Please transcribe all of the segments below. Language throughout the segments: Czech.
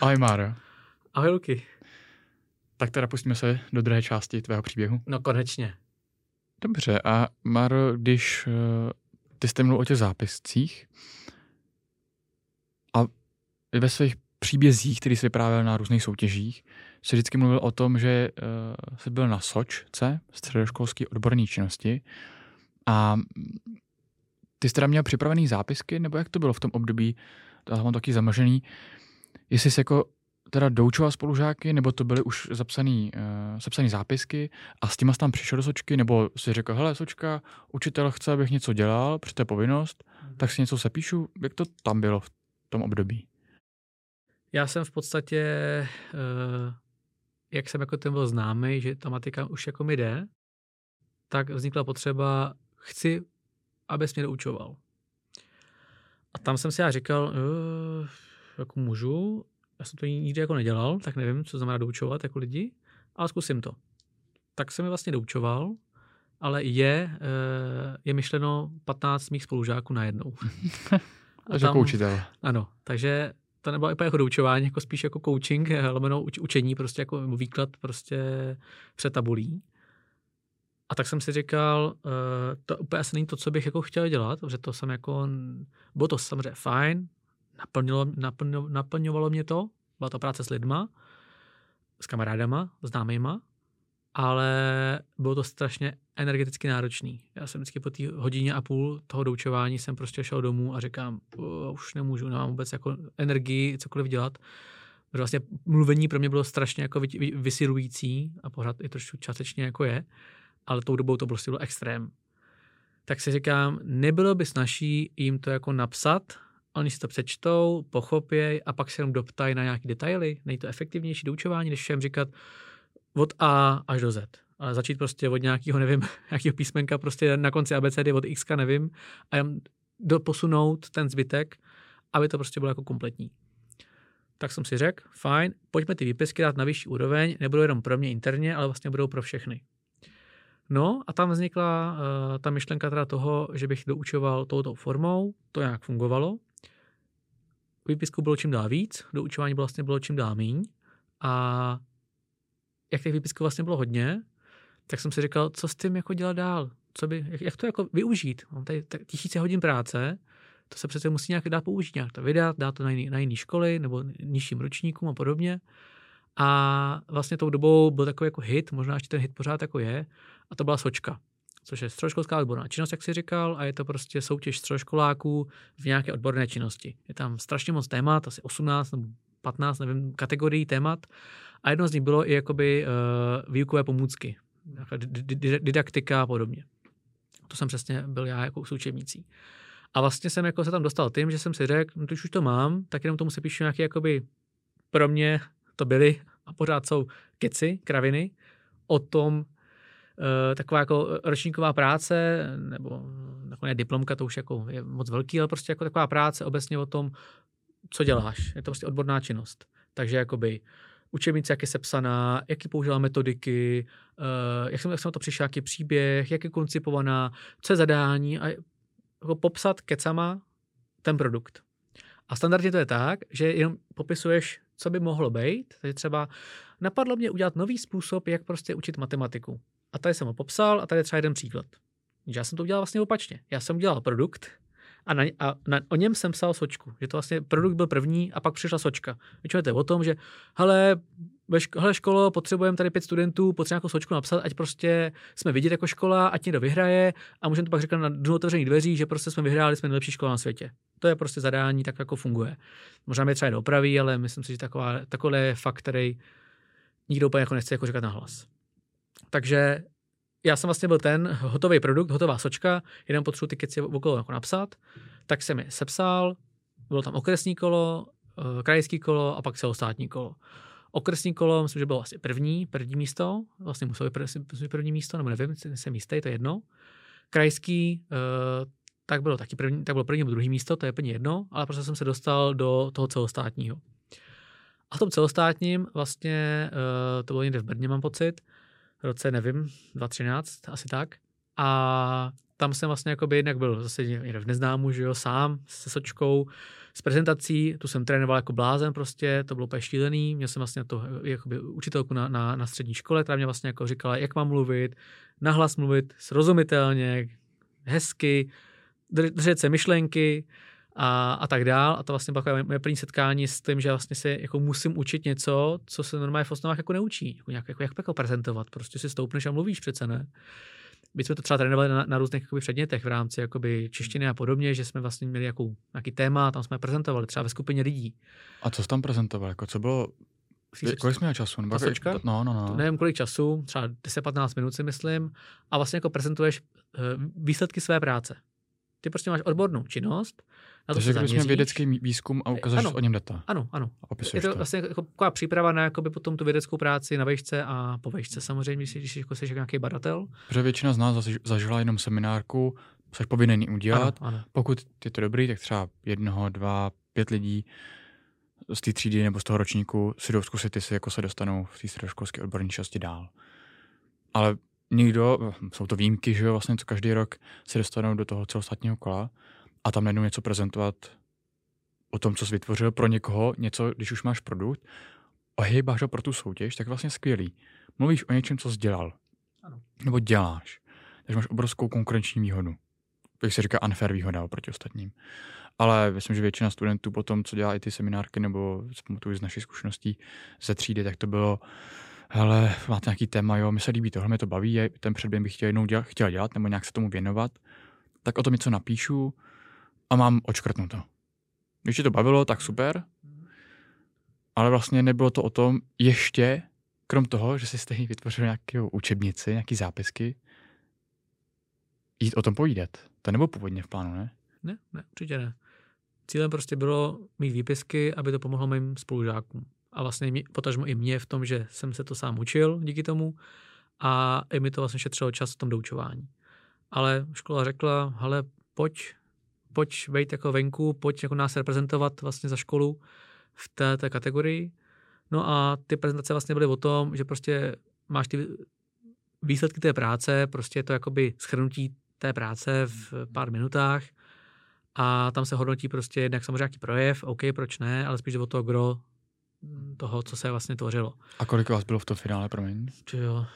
Ahoj Máro. Ahoj Luky. Tak teda pustíme se do druhé části tvého příběhu. No konečně. Dobře, a Máro, když ty jste mluvil o těch zápiscích a ve svých příbězích, který jsi vyprávěl na různých soutěžích, jsi vždycky mluvil o tom, že jsi byl na SOČce, středoškolské odborné činnosti, a ty jsi teda měl připravený zápisky, nebo jak to bylo v tom období, to mám taky zamlžený, jestli jsi jako teda doučoval spolužáky, nebo to byly už zapsaný zápisky a s těma jsi tam přišel do Sočky, nebo si řekl, hele Sočka, učitel chce, abych něco dělal, protože to je povinnost, tak si něco sepíšu. Jak to tam bylo v tom období? Já jsem v podstatě, jak jsem jako ten byl známý, že ta matika už jako mi jde, tak vznikla potřeba, chci, abys mě doučoval. A tam jsem si já říkal, jako můžu, já jsem to nikdy jako nedělal, tak nevím, co znamená doučovat jako lidi, ale zkusím to. Tak jsem mi vlastně doučoval, ale je myšleno 15 mých spolužáků najednou. Takže jako učitel. Ano, takže to nebylo úplně jako doučování, jako spíš jako coaching, lomeno učení, prostě jako výklad prostě před tabulí. A tak jsem si říkal, to úplně asi není to, co bych jako chtěl dělat, protože to jsem jako, bylo to samozřejmě fajn, naplňovalo mě to, byla to práce s lidma, s kamarádama, známejma, ale bylo to strašně energeticky náročný. Já jsem vždycky po té hodině a půl toho doučování jsem prostě šel domů a říkám, už nemůžu, nemám vůbec jako energii cokoliv dělat. Protože vlastně mluvení pro mě bylo strašně jako vysilující a pořád i trošku částečně jako je, ale tou dobou to prostě bylo extrém. Tak si říkám, nebylo by snazší jim to jako napsat, oni si to přečtou, pochopěj a pak se jenom doptají na nějaké detaily. Není to efektivnější doučování, než všem říkat od A až do Z. Ale začít prostě od nějakého, nevím, nějakého písmenka prostě na konci abecedy, od X, nevím, a jen posunout ten zbytek, aby to prostě bylo jako kompletní. Tak jsem si řekl, fajn, pojďme ty výpisky dát na vyšší úroveň, nebudou jenom pro mě interně, ale vlastně budou pro všechny. No a tam vznikla ta myšlenka teda toho, že bych doučoval touto formou, to nějak fungovalo. Výpisku bylo čím dál víc, doučování vlastně bylo čím dál míň a jak těch výpisků vlastně bylo hodně, tak jsem si říkal, co s tím jako dělat dál, jak to jako využít. Mám tady tisíce hodin práce, to se přece musí nějak dát použít, nějak to vydat, dát to na jiné školy nebo nižším ročníkům a podobně. A vlastně tou dobou byl takový jako hit, možná ještě ten hit pořád jako je, a to byla Sočka, což je středoškolská odborná činnost, jak si říkal, a je to prostě soutěž středoškoláků v nějaké odborné činnosti. Je tam strašně moc témat, asi 18 nebo 15, nevím, kategorií témat, a jedno z nich bylo i jakoby výukové pomůcky, didaktika a podobně. To jsem přesně byl já jako s učebnicí. A vlastně jsem jako se tam dostal tím, že jsem si řekl, no když už to mám, tak jenom tomu se píšu nějaké jakoby pro mě to byly a pořád jsou keci, kraviny, o tom taková jako ročníková práce, nebo nakonec diplomka, to už jako je moc velký, ale prostě jako taková práce obecně o tom, co děláš. Je to prostě odborná činnost. Takže jakoby učebnice, jak je sepsaná, jaký použila metodiky, jak jsem na to přišel, jaký příběh, jak je koncipovaná, co je zadání a jako popsat kecama ten produkt. A standardně to je tak, že jenom popisuješ, co by mohlo být. Takže třeba napadlo mě udělat nový způsob, jak prostě učit matematiku. A tady jsem ho popsal a tady je třeba jeden příklad. Já jsem to udělal vlastně opačně. Já jsem udělal produkt a o něm jsem psal Sočku. Že to vlastně produkt byl první a pak přišla Sočka. Většinou to je o tom, že hele školo, potřebujeme tady 5 studentů, potřebujeme nějakou Sočku napsat, ať prostě jsme vidět jako škola, ať někdo vyhraje a můžeme to pak říkat na dnu otevřených dveří, že prostě jsme vyhráli, jsme nejlepší škola na světě. To je prostě zadání, tak jako funguje. Možná mě třeba doopraví, ale myslím si, že takový je fakt, který nikdo úplně jako nechce jako říkat nahlas. Takže já jsem vlastně byl ten hotový produkt, hotová Sočka, jenom potřebuji ty keci okolo jako napsat, tak jsem je sepsal, bylo tam okresní kolo, krajský kolo a pak celostátní kolo. Okresní kolo, myslím, že bylo asi první místo, vlastně muselo být první místo, nebo nevím, jsem jistý, to je jedno. Krajský, tak bylo taky první, tak bylo první nebo druhý místo, to je úplně jedno, ale prostě jsem se dostal do toho celostátního. A v tom celostátním vlastně, to bylo někde v Brně, mám pocit, v roce, nevím, 2013, asi tak. A tam jsem vlastně jakoby jednak byl zase někde v neznámu, že jo, sám se sočkou, s prezentací, tu jsem trénoval jako blázen prostě, to bylo úplně šílený, měl jsem vlastně to jakoby učitelku na střední škole, která mě vlastně jako říkala, jak mám mluvit, nahlas mluvit, srozumitelně, hezky, držet se myšlenky a tak dál. A to vlastně bylo moje první setkání s tím, že vlastně si jako musím učit něco, co se normálně v osnovách jako neučí. Jak prezentovat. Prostě si stoupneš a mluvíš přece, ne? My jsme to třeba trénovali na různých jakoby předmětech v rámci jakoby češtiny a podobně, že jsme vlastně měli nějaký téma, tam jsme prezentovali třeba ve skupině lidí. A co jsi tam prezentoval? Jako co bylo? Kolik jsi měl času? No. Nevím, kolik času, třeba 10-15 minut si myslím. A vlastně jako prezentuješ výsledky své práce. Ty prostě máš odbornou činnost. Takže když jsme vědecký výzkum a ukazuješ o něm data. Ano. A je to vlastně jako taková příprava na jakoby potom tu vědeckou práci na vejšce a po vejšce samozřejmě, když jako jsi nějaký badatel. Protože většina z nás zažila jenom seminárku, jsi povinný udělat. Ano. Pokud je to dobrý, tak třeba 1, 2, 5 lidí z té třídy nebo z toho ročníku si jdou zkusit, jestli jako se dostanou v té středoškolské odborné části dál. Ale nikdo, jsou to výjimky, že jo, vlastně co každý rok se dostanou do toho celostátního kola a tam najednou něco prezentovat o tom, co jsi vytvořil pro někoho, něco, když už máš produkt, ohejbáš ho pro tu soutěž, tak vlastně skvělý. Mluvíš o něčem, co jsi dělal. Ano. Nebo děláš. Takže máš obrovskou konkurenční výhodu. Jak se říká unfair výhoda oproti ostatním. Ale myslím, že většina studentů potom, co dělá i ty seminárky, nebo z našich zkušeností ze třídy, tak to bylo, hele, máte nějaký téma, jo, mi se líbí tohle, mě to baví, ten předmět bych chtěl dělat, nebo nějak se tomu věnovat, tak o tom něco napíšu a mám odškrtnuto. Když tě to bavilo, tak super, ale vlastně nebylo to o tom ještě, krom toho, že jsi stejně vytvořil nějakou učebnici, nějaký zápisky, jít o tom povídat. To nebylo původně v plánu, ne? Ne, určitě ne. Cílem prostě bylo mít výpisky, aby to pomohlo mým spolužákům. A vlastně potažmo i mě v tom, že jsem se to sám učil díky tomu a i mi to vlastně šetřilo čas v tom doučování. Ale škola řekla, hele, pojď vejít jako venku, pojď jako nás reprezentovat vlastně za školu v té kategorii. No a ty prezentace vlastně byly o tom, že prostě máš ty výsledky té práce, prostě je to jakoby shrnutí té práce v pár minutách a tam se hodnotí prostě jednak samozřejmě nějaký projev, OK, proč ne, ale spíš o toho gro toho, co se vlastně tvořilo. A kolik vás bylo v tom finále, promiň? Jo,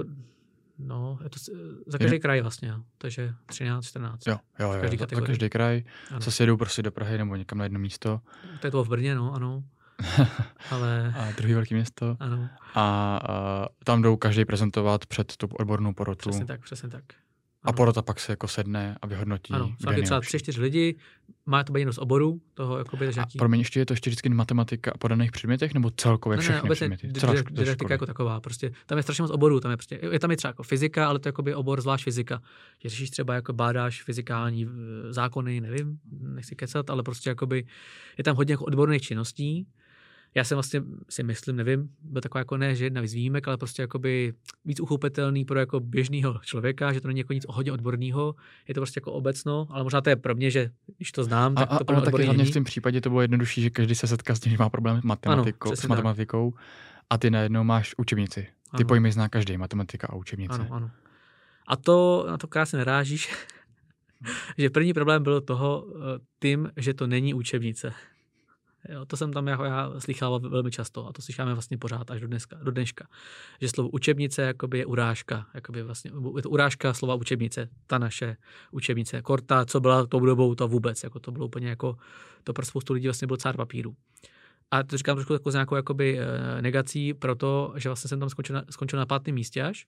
no, je to za každý kraj vlastně, jo. Takže 13, 14. Jo, za každý kraj se sjedou prostě do Prahy nebo někam na jedno místo. To je to v Brně, no, ano. Ale... A druhý velký město. Ano. A tam jdou každý prezentovat před tu odbornou porotu. Přesně tak. Ano. A porota pak se jako sedne a vyhodnotí. Ano, jsou třeba 3-4 lidi, má to být jenom z oboru toho, jakoby, a pro mě je to ještě vždycky matematika a podaných předmětech, nebo celkově všechny předměty? Didaktika jako taková, prostě tam je strašně moc oborů, tam je třeba jako fyzika, ale to je jakoby obor zvlášť fyzika. Že řešíš třeba jako bádáš fyzikální zákony, nevím, nechci kecat, ale prostě jakoby je tam hodně jako odborných činností. Já jsem vlastně si myslím, nevím, byl taková jako ne, že jedna z výjimek, ale prostě jakoby víc uchopitelný pro jako běžného člověka, že to není jako nic hodně odborného, je to prostě jako obecno, ale možná to je pro mě, že když to znám, tak to ale taky hlavně v tom případě to bylo jednodušší, že každý se setká s tím, že má problém s matematikou a ty najednou máš učebnici. Ty pojmy zná každý, matematika a učebnice. Ano. A to na to krásně narážíš, že první problém bylo tím, že to není učebnice. Jo, to jsem tam já slychával velmi často a to slycháme vlastně pořád až do dneška. Že slovo učebnice jakoby je urážka. Jakoby vlastně, je to urážka slova učebnice. Ta naše učebnice. Korta, co byla tou dobou, to vůbec. Jako to bylo úplně jako, to pro spoustu lidí vlastně byl cár papíru. A to říkám trošku s nějakou jakoby negací, protože vlastně jsem tam skončil na 5. místě až.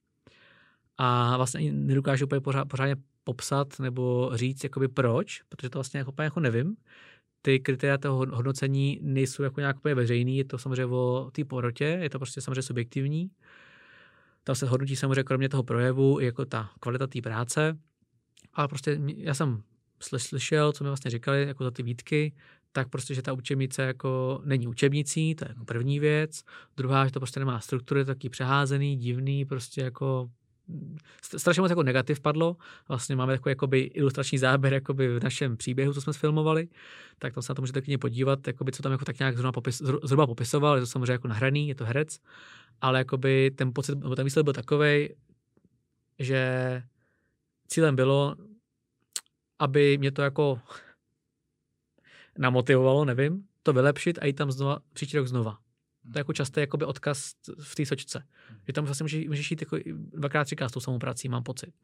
A vlastně nedokážu úplně pořádně popsat nebo říct, jakoby proč, protože to vlastně jako nevím. Ty kritéria toho hodnocení nejsou jako nějak úplně veřejný, je to samozřejmě o té porotě, je to prostě samozřejmě subjektivní. Tam se hodnotí samozřejmě kromě toho projevu i jako ta kvalita té práce. Ale prostě já jsem slyšel, co mi vlastně říkali jako za ty výtky, tak prostě, že ta učebnice jako není učebnicí, to je jako první věc. Druhá, že to prostě nemá struktury, taky přeházený, divný, prostě jako strašně moc jako negativ padlo. Vlastně máme takový jakoby ilustrační záběr jakoby v našem příběhu, co jsme sfilmovali, tak tam se na to můžete klidně podívat, jakoby, co tam jako tak nějak zhruba popisoval, je to samozřejmě jako nahraný, je to herec, ale jakoby ten pocit, ten výsledek byl takovej, že cílem bylo aby mě to jako namotivovalo, nevím, to vylepšit a jít tam znova, příští rok znova. To je jako častý jakoby odkaz v té sočce. Že tam vlastně můžeš jít jako 2x, 3x s tou samou prací, mám pocit.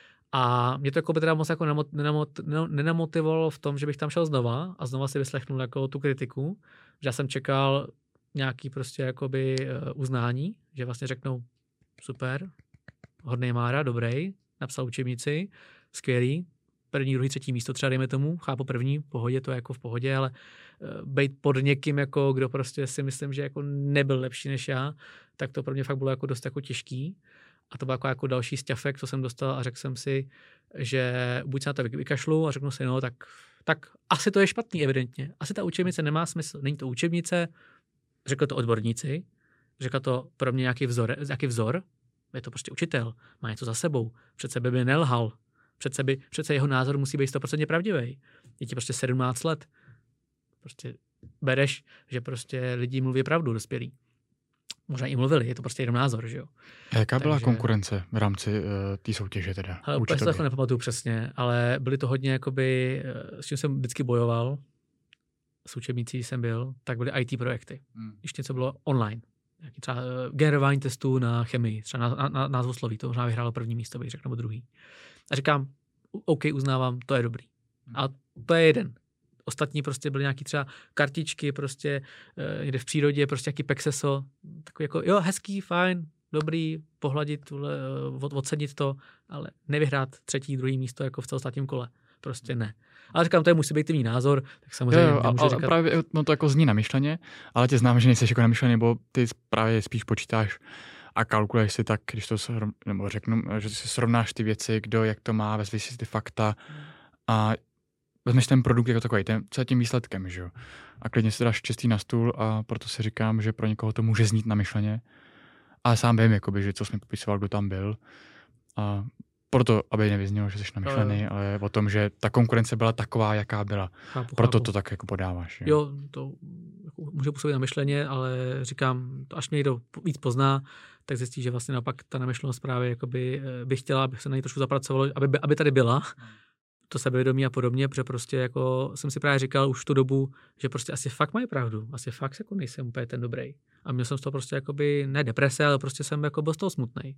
A mě to jako by teda moc jako nenamotivovalo v tom, že bych tam šel znova a znova si vyslechnul jako tu kritiku, že já jsem čekal nějaký prostě jakoby uznání, že vlastně řeknou super, hodnej Mára, dobrý, napsal učebnici, skvělý, první, druhý, třetí místo třeba dejme tomu, chápu první, v pohodě, to je jako v pohodě, ale být pod někým, jako kdo prostě si myslím, že jako nebyl lepší než já, tak to pro mě fakt bylo jako dost jako těžký. A to byl jako další sťafek, co jsem dostal a řekl jsem si, že buď se na to vykašlu a řeknu si, no tak asi to je špatný evidentně. Asi ta učebnice nemá smysl. Není to učebnice, řekl to odborníci, řekl to pro mě nějaký vzor, je to prostě učitel, má něco za sebou, přece by nelhal, přece jeho názor musí být 100% pravdivý. Je ti prostě 17 let. Prostě bereš, že prostě lidi mluví pravdu, dospělí. Možná i mluvili, je to prostě jenom názor, že jo. A jaká byla konkurence v rámci té soutěže teda? Ale úplně se to nepamatuju přesně, ale byly to hodně jakoby, s čím jsem vždycky bojoval, s učebnicí jsem byl, tak byly IT projekty. Když něco bylo online. Nějaký třeba generování testů na chemii, třeba na názvosloví, to možná vyhrálo první místo, bych řekl, nebo druhý. A říkám, OK, uznávám, to je dobrý. A to je jeden. Ostatní prostě byly nějaký třeba kartičky, prostě někde v přírodě, prostě nějaký pexeso, takový jako, jo, hezký, fajn, dobrý, pohladit, ocenit to, ale nevyhrát třetí, druhý místo jako v celostátním kole. Prostě ne. Ale říkám, to je můj subjektivní názor, tak samozřejmě nemůžu říkat. Právě to jako zní namyšleně, ale tě znám, že nejsi jako namyšlený, nebo ty právě spíš počítáš a kalkuluješ si tak, když to nebo řeknu, že si srovnáš ty věci, kdo, jak to má, vezmi si ty fakta a vezmeš ten produkt jako takový, co je tím výsledkem, že jo. A klidně si dáš čistý na stůl a proto si říkám, že pro někoho to může znít namyšleně. Ale sám vím, jakoby, že co jsi mi popisoval, kdo tam byl. A proto, aby nevyznělo, že jsi namyšlený, ale o tom, že ta konkurence byla taková, jaká byla. Proto to tak jako podáváš. Jo, to jako může působit namyšleně, ale říkám, až mě někdo víc pozná, tak zjistí, že vlastně naopak ta namyšlenost právě jakoby bych chtěla, abych se na ní trošku zapracovalo, aby tady byla. To sebevědomí a podobně, protože prostě jako jsem si právě říkal už tu dobu, že prostě asi fakt mají pravdu, asi fakt jako nejsem úplně ten dobrý. A měl jsem z toho prostě jakoby, ne deprese, ale prostě jsem jako byl z toho smutnej.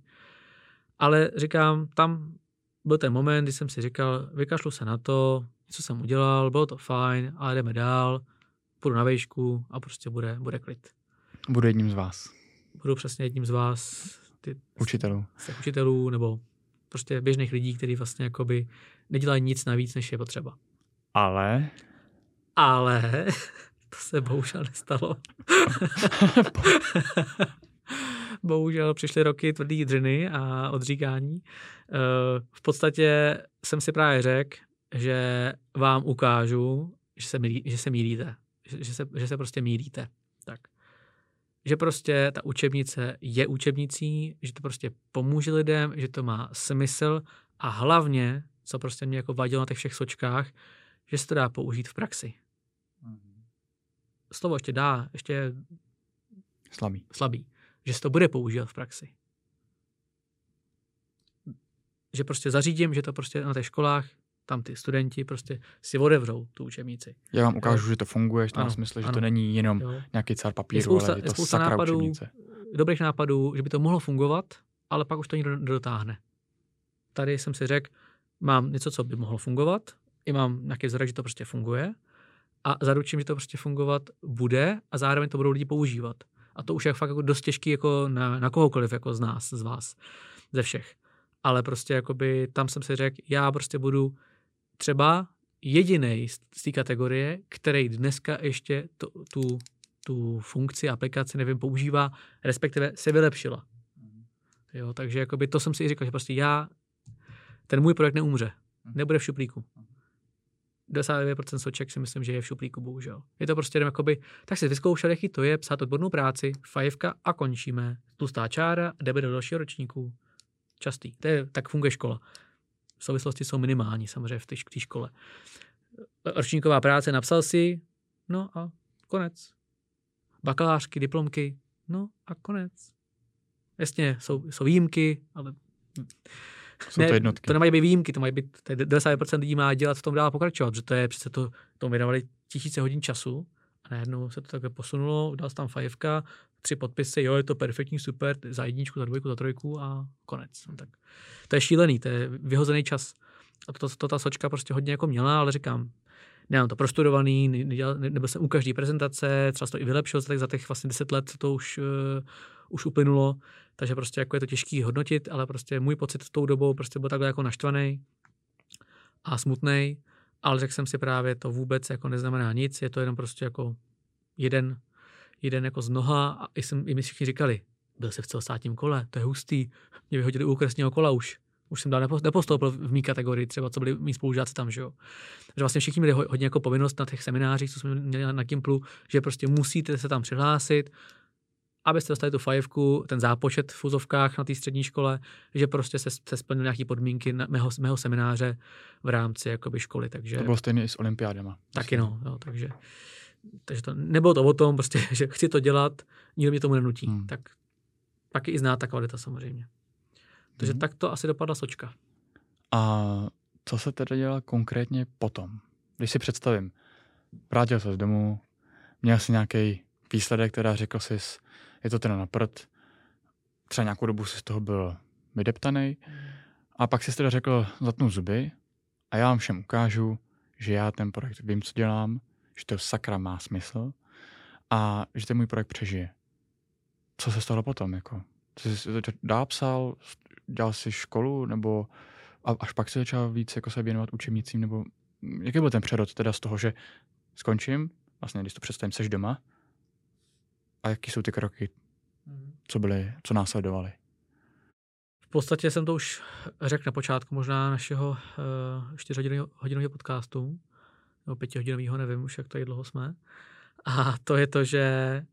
Ale říkám, tam byl ten moment, kdy jsem si říkal, vykašlu se na to, něco jsem udělal, bylo to fajn, ale jdeme dál, půjdu na vejšku a prostě bude klid. Budu jedním z vás. Budu přesně jedním z vás. Učitelů, nebo prostě běžných lidí, kteří vlastně jakoby nedělají nic navíc, než je potřeba. Ale to se bohužel nestalo. Bohužel přišly roky tvrdý dřiny a odříkání. V podstatě jsem si právě řekl, že vám ukážu, že se mýlíte. Že se prostě mýlíte. Tak. Že prostě ta učebnice je učebnicí, že to prostě pomůže lidem, že to má smysl a hlavně, co prostě mě jako vadilo na těch všech sočkách, že se to dá použít v praxi. Slovo ještě slabý. Že se to bude používat v praxi. Že prostě zařídím, že to prostě na těch školách, tam ty studenti prostě si otevřou tu učebnici. Já vám ukážu, že to funguje, že to má smysl, že to není jenom nějaký cár papíru, ale je to sakra učebnice. Dobrých nápadů, že by to mohlo fungovat, ale pak už to nikdo nedotáhne. Tady jsem si řekl, mám něco, co by mohlo fungovat, i mám nějaký vzorek, že to prostě funguje a zaručím, že to prostě fungovat bude a zároveň to budou lidi používat. A to už je fakt jako dost těžký jako na kohokoliv jako z nás, z vás, ze všech. Ale prostě jakoby tam jsem si řekl, já prostě budu třeba jedinej z té kategorie, který dneska ještě tu funkci, aplikaci, nevím, používá, respektive se vylepšila. Jo, takže jakoby to jsem si říkal, že prostě ten můj projekt neumře. Nebude v šuplíku. 99% soček si myslím, že je v šuplíku, bohužel. Je to prostě jakoby, tak si vyzkoušel, jaký to je, psát odbornou práci, fajfka a končíme. Tlustá čára, jdeme do dalšího ročníku. Častý. Tak funguje škola. V souvislosti jsou minimální samozřejmě v té škole. Ročníková práce napsal si, no a konec. Bakalářky, diplomky, no a konec. Jasně, jsou výjimky, ale Jsou to jednotky. To nemají být výjimky, to mají být, 90% lidí má dělat v tom dál pokračovat, že to je přece tomu věnovali tisíce hodin času a najednou se to takhle posunulo, dal se tam 5, 3 podpisy, jo, je to perfektní, super, za 1, za 2, za 3 a konec. No, tak to je šílený, to je vyhozený čas. A to ta Sočka prostě hodně jako měla, ale říkám, nemám to prostudovaný, nebyl jsem u každé prezentace, třeba to i vylepšil, tak za těch vlastně 10 let to už uplynulo, takže prostě jako je to těžký hodnotit, ale prostě můj pocit v tou dobou prostě byl takhle jako naštvaný a smutnej, ale řekl jsem si právě, to vůbec jako neznamená nic, je to jenom prostě jako jeden jako z mnoha a i mi všichni říkali, byl jsi v celostátním kole, to je hustý, mě vyhodili u okresního kola už jsem dál nepostoupil v mý kategorii, třeba co byli mý spolužáci tam, že jo. Že vlastně všichni měli hodně jako povinnost na těch seminářích, co jsme měli na Gimplu, že prostě musíte se tam přihlásit, abyste dostali tu 5, ten zápočet v úzovkách na té střední škole, že prostě se splnily nějaké podmínky mého semináře v rámci jakoby školy, takže... To bylo stejně i s olympiádama. Taky no, jo, takže to nebylo to o tom, prostě, že chci to dělat, nikdo mě tomu nenutí. Tak pak i zná ta kvalita samozřejmě. Takže tak to asi dopadla Sočka. A co se teda dělá konkrétně potom? Když si představím, vrátil se z domu, měl jsi nějaký výsledek, která řekl jsi, je to teda na prd, třeba nějakou dobu jsi z toho byl vydeptanej a pak jsi teda řekl, zatnu zuby a já vám všem ukážu, že já ten projekt vím, co dělám, že to sakra má smysl a že ten můj projekt přežije. Co se stalo potom? Jako? Jsi to dál psal, dělal jsi školu, nebo až pak se začal víc jako se věnovat učebnicím, nebo jaký byl ten přerod teda z toho, že skončím, vlastně když to představím, seš doma a jaký jsou ty kroky, co následovaly? V podstatě jsem to už řekl na počátku možná našeho 4hodinového podcastu, nebo 5hodinového, nevím už, jak to je dlouho jsme. A to je to, že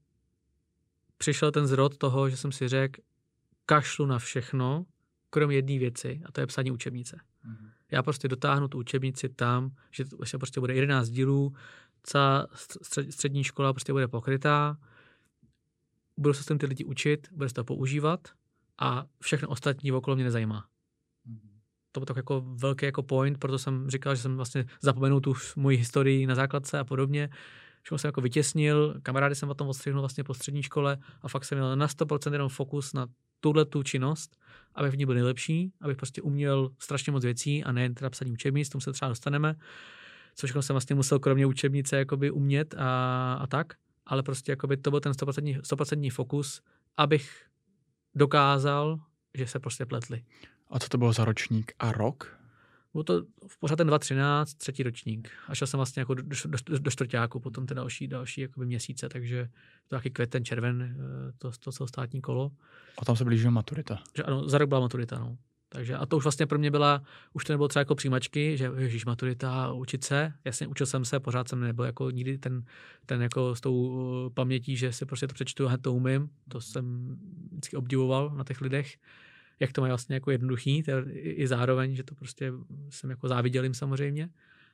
přišel ten zrod toho, že jsem si řekl, kašlu na všechno, krom jedné věci, a to je psaní učebnice. Já prostě dotáhnu tu učebnici tam, že prostě bude 11 dílů, celá střední škola prostě bude pokrytá, budu se s tím ty lidi učit, bude se to používat a všechno ostatní okolo mě nezajímá. To byl tak jako velký jako point, proto jsem říkal, že jsem vlastně zapomenul tu moji historii na základce a podobně. Všechno jsem jako vytěsnil, kamarády jsem o tom odstřihnul vlastně po střední škole a fakt jsem měl na 100% jenom fokus na tu činnost, abych v ní byl nejlepší, abych prostě uměl strašně moc věcí a nejen teda psaní učebnic, tomu se třeba dostaneme, co všechno jsem vlastně musel kromě učebnice jakoby umět a tak, ale prostě jakoby to byl ten 100% fokus, abych dokázal, že se prostě pletli. A co to bylo za ročník a rok? Bylo to pořád ten 2013, 3. ročník. A šel jsem vlastně jako do čtvrťáku, potom ty další jakoby měsíce, takže to taky květen, červen, to celostátní kolo. A tam se blížila maturita. Že ano, za rok byla maturita, no. Takže a to už vlastně pro mě byla, už to nebylo třeba jako přijímačky, že ježíš, maturita, učit se. Jasně, učil jsem se, pořád jsem nebyl jako nikdy ten jako s tou pamětí, že si prostě to přečtu a hned to umím. To jsem vždycky obdivoval na těch lidech, jak to mají vlastně jako jednoduchý, i zároveň, že to prostě jsem jako záviděl jim samozřejmě,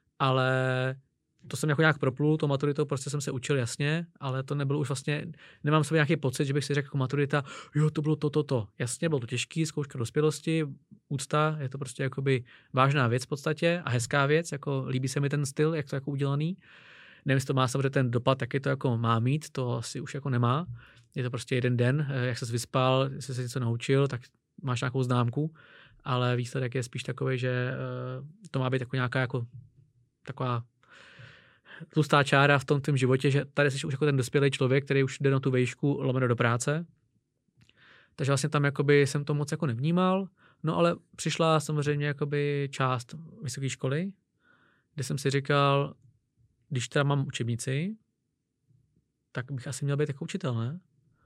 ale to jsem jako nějak proplul, to maturitou prostě jsem se učil jasně, ale to nebylo už vlastně, nemám sobě nějaký pocit, že bych si řekl jako maturita, jo, to bylo to. Jasně, bylo to těžký, zkouška dospělosti, úcta, je to prostě jakoby vážná věc v podstatě a hezká věc, jako líbí se mi ten styl, jak to jako udělaný. Nevím, jestli to má samozřejmě ten dopad, jaký to jako má mít, to asi už jako nemá. Je to prostě jeden den, jak ses vyspal, jestli se něco naučil, tak máš nějakou známku, ale výsledek je spíš takový, že to má být jako nějaká jako taková tlustá čára v tom tvém životě, že tady jsi už jako ten dospělý člověk, který už jde na tu vejšku lomeno do práce. Takže vlastně tam jakoby jsem to moc jako nevnímal, no ale přišla samozřejmě jakoby část vysoké školy, kde jsem si říkal, když teda mám učebnici, tak bych asi měl být jako učitel, ne?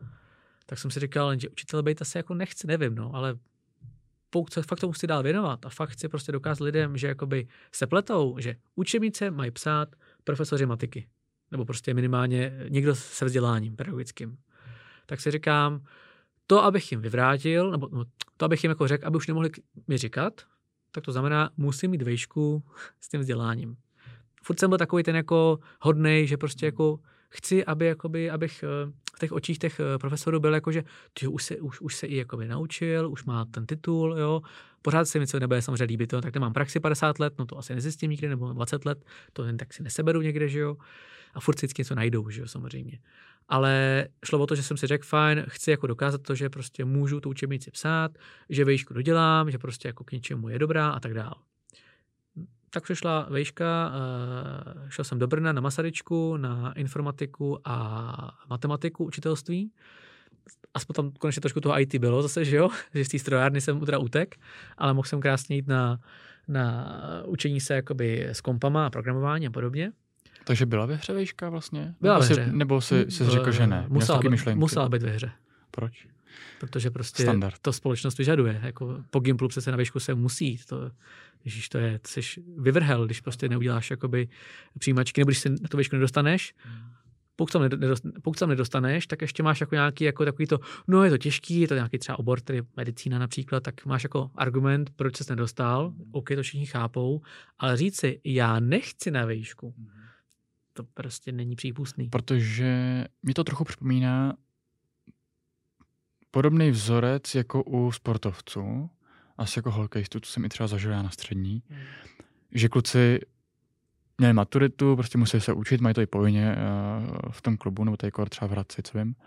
Tak jsem si říkal, že učitel být asi jako nechci, nevím, no, ale pokud se fakt tomu chci dál věnovat a fakt chci prostě dokázat lidem, že jakoby se pletou, že učebnice mají psát profesoři matiky, nebo prostě minimálně někdo se vzděláním pedagogickým. Tak si říkám, to, abych jim vyvrátil, nebo to, abych jim jako řekl, aby už nemohli mi říkat, tak to znamená, musím mít vejšku s tím vzděláním. Furt jsem byl takový ten jako hodnej, že prostě jako chci, abych v těch očích těch profesorů byl jako, že ty už se i jakoby naučil, už má ten titul, jo. Pořád se mi co nebude samozřejmě líbit, jo. Tak nemám praxi 50 let, no to asi nezjistím nikdy, nebo 20 let, to jen tak si neseberu někde, že jo. A furt si vždycky něco najdou, že jo, samozřejmě. Ale šlo o to, že jsem si řekl, fajn, chci jako dokázat to, že prostě můžu tu učebnici psát, že vejšku dodělám, že prostě jako k něčemu je dobrá a tak dál. Tak přišla vejška, šel jsem do Brna na Masaryčku, na informatiku a matematiku, učitelství. Aspoň tam konečně trošku toho IT bylo zase, že jo, že z té strojárny jsem teda utek, ale mohl jsem krásně jít na učení se jakoby s kompama a programování a podobně. Takže byla ve hře vejška vlastně? Byla ve hře. Nebo jsi řekl, že ne? Musela být ve hře. Proč? Protože prostě Standard. to společnost vyžaduje. Jako po Gimplu přece na výšku se musí. Ježíš, jsi vyvrhel, když prostě neuděláš jakoby přijímačky, nebo když se na tu výšku nedostaneš. Pokud tam nedostaneš, tak ještě máš jako nějaký jako takový to, no je to těžký, je to nějaký třeba obor, tedy medicína například, tak máš jako argument, proč ses nedostal. OK, to všichni chápou, ale říct si, já nechci na výšku, to prostě není přípustný. Protože mi to trochu připomíná podobný vzorec jako u sportovců, asi jako hokejistů, to jsem i třeba zažil já na střední, že kluci měli maturitu, prostě museli se učit, mají to i povinně v tom klubu, nebo tady třeba v Hradci, co vím.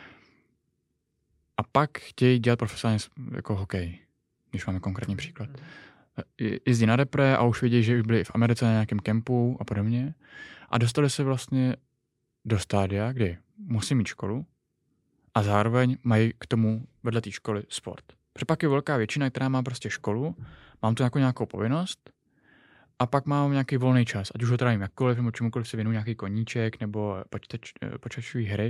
A pak chtějí dělat profesionálně jako hokej, když máme konkrétní příklad. Jezdí na repre a už vědí, že už byli v Americe na nějakém kempu a podobně. A dostali se vlastně do stádia, kdy musí mít školu a zároveň mají k tomu vedle té školy sport. Protože pak je velká většina, která má prostě školu, mám tu nějakou povinnost a pak mám nějaký volný čas, ať už ho trávím jakkoliv, nebo čemukoliv si věnu nějaký koníček, nebo počítačové hry.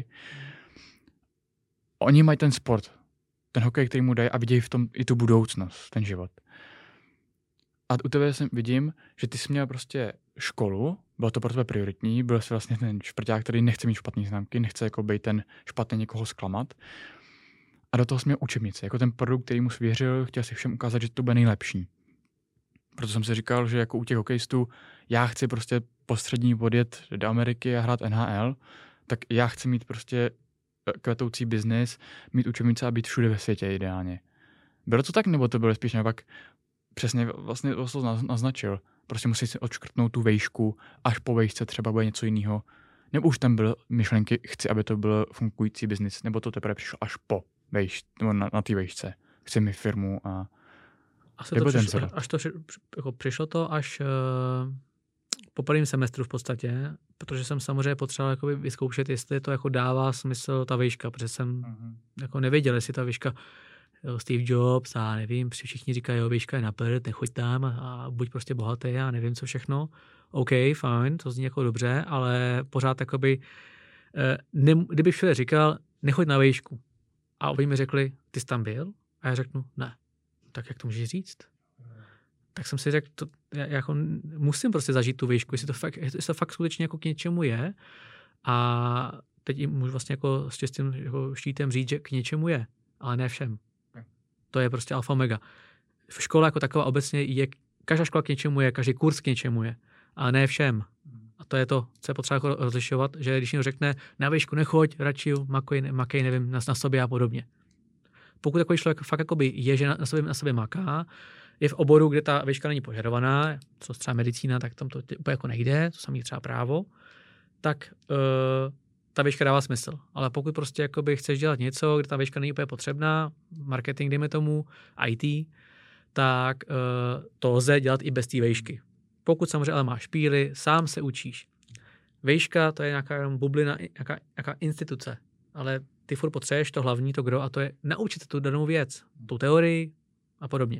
Oni mají ten sport, ten hokej, který mu dají a vidějí v tom i tu budoucnost, ten život. A u tebe vidím, že ty jsi měl prostě školu, bylo to pro tebe prioritní, byl jsi vlastně ten šprťák, který nechce mít špatný známky, nechce jako být ten špatný někoho zklamat. A do toho jsi měl učebnici, jako ten produkt, který mu svěřil, chtěl si všem ukázat, že to bude nejlepší. Proto jsem si říkal, že jako u těch hokejistů, já chci prostě postřední odjet do Ameriky a hrát NHL, tak já chci mít prostě kvetoucí biznis, mít učebnice a být všude ve světě ideálně. Bylo to tak, nebo to bylo spíš naopak? Přesně vlastně to naznačil. Prostě musí si odškrtnout tu vejšku, až po vejšce třeba bude něco jiného. Nebo už tam byly myšlenky, chci, aby to byl fungující biznis, nebo to teprve přišlo až po vejšce, nebo na té vejšce. Chci mi firmu a přišlo to až po prvním semestru v podstatě, protože jsem samozřejmě potřeboval jakoby vyzkoušet, jestli to jako dává smysl ta vejška, protože jsem jako nevěděl, jestli ta vejška Steve Jobs a nevím, všichni říkají, jo, výška je na prd, nechoď tam a buď prostě bohatý a nevím co všechno. OK, fajn, to zní jako dobře, ale pořád jakoby, kdybych všude říkal, nechoď na výšku. A oni mi řekli, ty jsi tam byl? A já řeknu, ne. Tak jak to můžeš říct? Tak jsem si řekl, já jako musím prostě zažít tu výšku, jestli to fakt skutečně jako k něčemu je. A teď jim můžu vlastně jako s čistým jako štítem říct, že k něčemu je, ale ne všem. To je prostě alfa omega. V škole jako taková obecně je, každá škola k něčemu je, každý kurz k něčemu je, ale ne všem. A to je to, co je potřeba jako rozlišovat, že když někdo řekne, na výšku nechoď, radši makej, nevím, na sobě a podobně. Pokud takový člověk fakt jakoby je, že na sobě maká, je v oboru, kde ta výška není požadovaná, co třeba medicína, tak tam to úplně jako nejde, to samý třeba právo, tak ta výška dává smysl. Ale pokud prostě jakoby chceš dělat něco, kde ta výška není úplně potřebná, marketing, dejme tomu, IT, tak to lze dělat i bez té výšky. Pokud samozřejmě ale máš špíly, sám se učíš. Výška, to je nějaká bublina, nějaká instituce, ale ty furt potřebuješ to hlavní, to gro, a to je naučit se tu danou věc, tu teorii a podobně.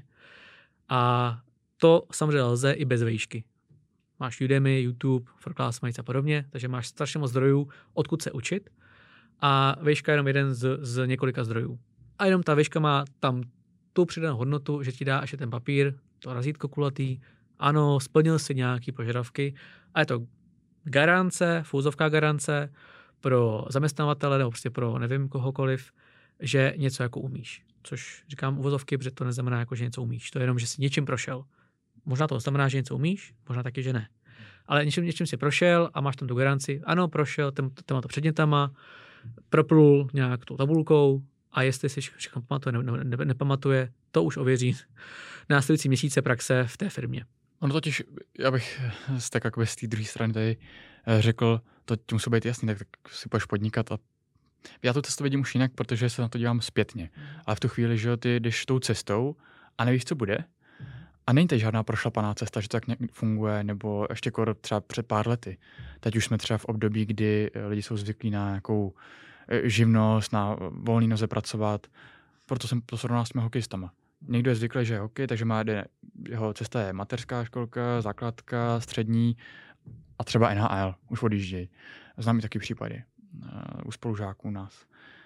A to samozřejmě lze i bez výšky. Máš Udemy, YouTube, For Classmates a podobně, takže máš strašně moc zdrojů, odkud se učit. A výška je jenom jeden z několika zdrojů. A jenom ta výška má tam tu přidanou hodnotu, že ti dá ještě ten papír, to razítko kulatý, ano, splnil si nějaký požadavky a je to garance, fúzovká garance pro zaměstnavatele nebo prostě pro nevím kohokoliv, že něco jako umíš. Což říkám uvozovky, protože to neznamená jako, že něco umíš. To je jenom, že jsi něčím prošel. Možná to znamená, že něco umíš, možná taky, že ne. Ale něčím si prošel a máš tam tu garanci. Ano, prošel těmato předmětama, proplul nějak tou tabulkou a jestli si všechno pamatuje nebo nepamatuje, to už ověří následující měsíce praxe v té firmě. Ono totiž, já bych tak jakoby z té druhé strany tady řekl, to ti musí být jasný, tak si půjdeš podnikat a já tu cestu vidím už jinak, protože se na to dívám zpětně. Ale v tu chvíli, že ty jdeš tou cestou a nevíš, co bude, a není to žádná prošlapaná cesta, že to tak nějak funguje, nebo ještě třeba před pár lety. Teď už jsme třeba v období, kdy lidi jsou zvyklí na nějakou živnost, na volný noze pracovat. Proto jsem to srovnal s těmi hokejistama. Někdo je zvyklý, že je hokej, takže jeho cesta je mateřská školka, základka, střední a třeba NHL. Už odjíždějí. Znám i taky případy u spolužáků nás.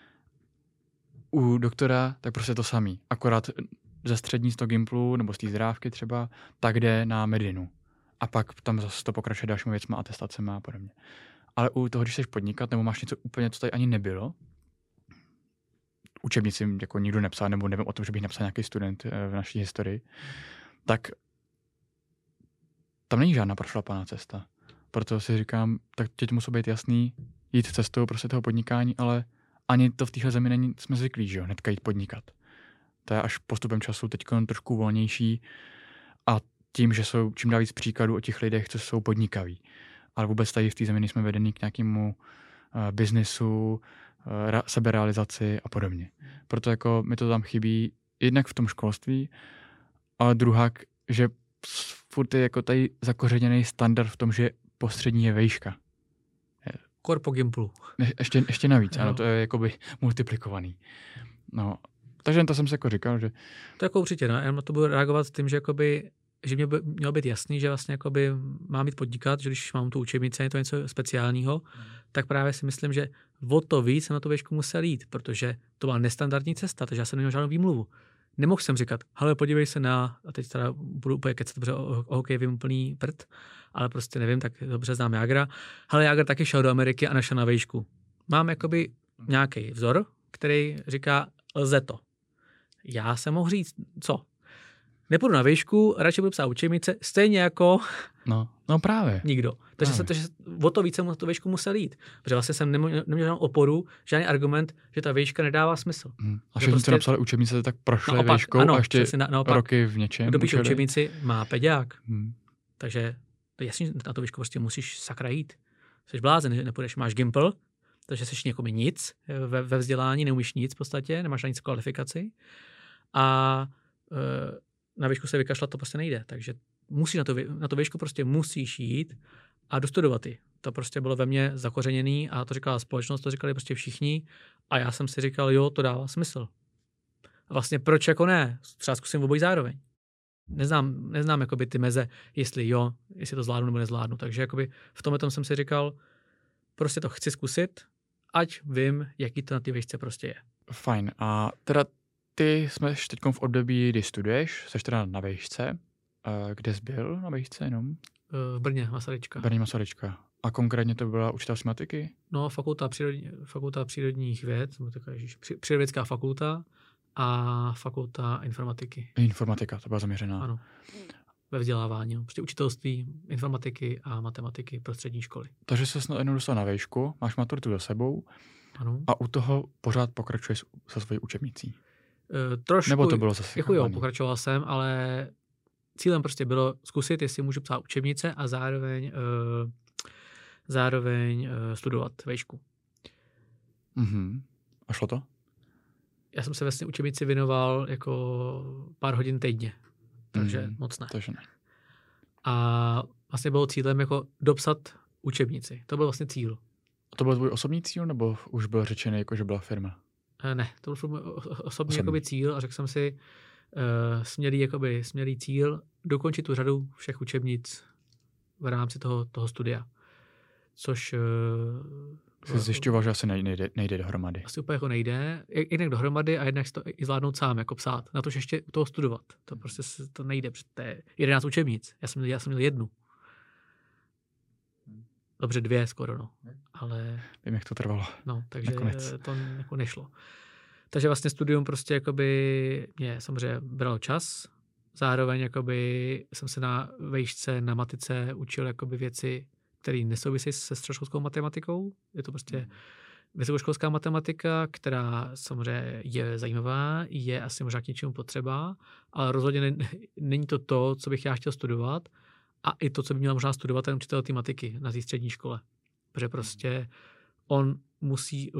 U doktora tak prostě to samý. Akorát ze střední z toho Gimplu nebo z té zdrávky třeba, tak jde na medinu. A pak tam zase to pokračuje dalšími věcmi, atestacemi a podobně. Ale u toho, když chceš podnikat, nebo máš něco úplně, co tady ani nebylo, učebnici jako nikdo nepsal, nebo nevím o tom, že bych napsal nějaký student v naší historii, tak tam není žádná prošlapaná cesta. Proto si říkám, tak teď musí být jasný jít cestou prostě toho podnikání, ale ani to v téhle zemi není, jsme zvyklí, že jo, hnedka jít podnikat. To je až postupem času teď trošku volnější a tím, že jsou čím dál víc příkladů o těch lidech, co jsou podnikaví. Ale vůbec tady v té zemi nejsme vedení k nějakému biznesu, seberealizaci a podobně. Proto jako mi to tam chybí jednak v tom školství, ale druhá, že furt je jako tady zakořeněný standard v tom, že postřední je vejška. Korpo Gimplu. Ještě navíc, ano, to je jakoby multiplikovaný. No, takže to jsem si jako říkal, že... To jako určitě, no. Já na to budu reagovat s tím, že jakoby, že mě mělo být jasný, že vlastně jakoby mám jít podnikat, že když mám tu učebnici, je to něco speciálního, tak právě si myslím, že o to víc jsem na tu výšku musel jít, protože to byla nestandardní cesta, takže já jsem neměl žádnou výmluvu. Nemohl jsem říkat, hele, podívej se na, a teď teda budu úplně kecat, dobře o hokej vím plný prd, ale prostě nevím, tak dobře znám Jágra. Hele, Jágr taky šel do Ameriky a našel na výšku. Mám jakoby nějaký vzor, který říká, lze to. Já jsem mohl říct, co? Nepůjdu na výšku, radši budu psát učebnice, stejně jako no právě. nikdo. Takže o to více na tu výšku musel jít. Protože vlastně jsem neměl žádnou oporu, žádný argument, že ta výška nedává smysl. A všichni, prostě... co napsali učebnice, tak prošli výškou a ještě roky v něčem. Kdo píše učebnici, má peďák. Takže to jasně, na tu výšku prostě musíš sakra jít. Jsi blázen, že nepůjdeš, máš Gimpl, takže jsi někomu nic ve vzdělání, neumíš nic v podstatě, nemáš ani kvalifikaci. A na výšku se vykašlat to prostě nejde. Takže musíš na tu výšku prostě musíš jít a dostudovat ji. To prostě bylo ve mně zakořeněný a to říkala společnost, to říkali prostě všichni a já jsem si říkal, jo, to dává smysl. A vlastně proč jako ne? Třeba zkusím obojí zároveň. Neznám jakoby ty meze, jestli to zvládnu nebo nezvládnu. Takže jakoby v tomhle jsem si říkal, prostě to chci zkusit, ať vím, jaký to na té výšce prostě je. Fajn. A teda ty jsme teď v období, kdy studuješ, jsi teda na výšce. Kde jsi byl na výšce jenom? V Brně, Masaryčka. A konkrétně to byla učitel matiky? No, fakulta přírodních věd, přírodovědecká fakulta a fakulta informatiky. Informatika, to byla zaměřená. Ano, ve vzdělávání. Prostě učitelství informatiky a matematiky pro střední školy. Takže jsi jednou dostal na výšku, máš maturitu za sebou. Ano. A u toho pořád pokračuješ se svojí učebnicí? Trošku. Nebo to bylo zase jako pokračoval jsem, ale cílem prostě bylo zkusit, jestli můžu psát učebnice a zároveň studovat výšku. A šlo to? Já jsem se vlastně učebnici věnoval jako pár hodin týdně, takže moc ne. Takže ne. A vlastně bylo cílem jako dopsat učebnici. To byl vlastně cíl. A to byl tvůj osobní cíl, nebo už byl řečený, jako že byla firma? Ne, to byl můj osobní jakoby cíl a řekl jsem si, smělý cíl dokončit tu řadu všech učebnic v rámci toho studia. Což... Jsi zjišťoval, že asi nejde dohromady. Asi úplně jako nejde. Jednak dohromady a jednak si to i zvládnout sám, jako psát. Na to, že ještě u toho studovat. To prostě to nejde. To je 11 učebnic. Já jsem měl jednu. Dobře 2 skoro, no. Ale... Vím, jak to trvalo. No, takže nakonec. To jako nešlo. Takže vlastně studium prostě jakoby mě samozřejmě bralo čas. Zároveň jakoby jsem se na výšce, na matice učil jakoby věci, které nesouvisí se středoškolskou matematikou. Je to prostě vysokoškolská matematika, která samozřejmě je zajímavá, je asi možná k něčemu potřeba, ale rozhodně není to, co bych já chtěl studovat a i to, co by měl možná studovat ten učitel té matiky na té střední škole. Protože prostě on musí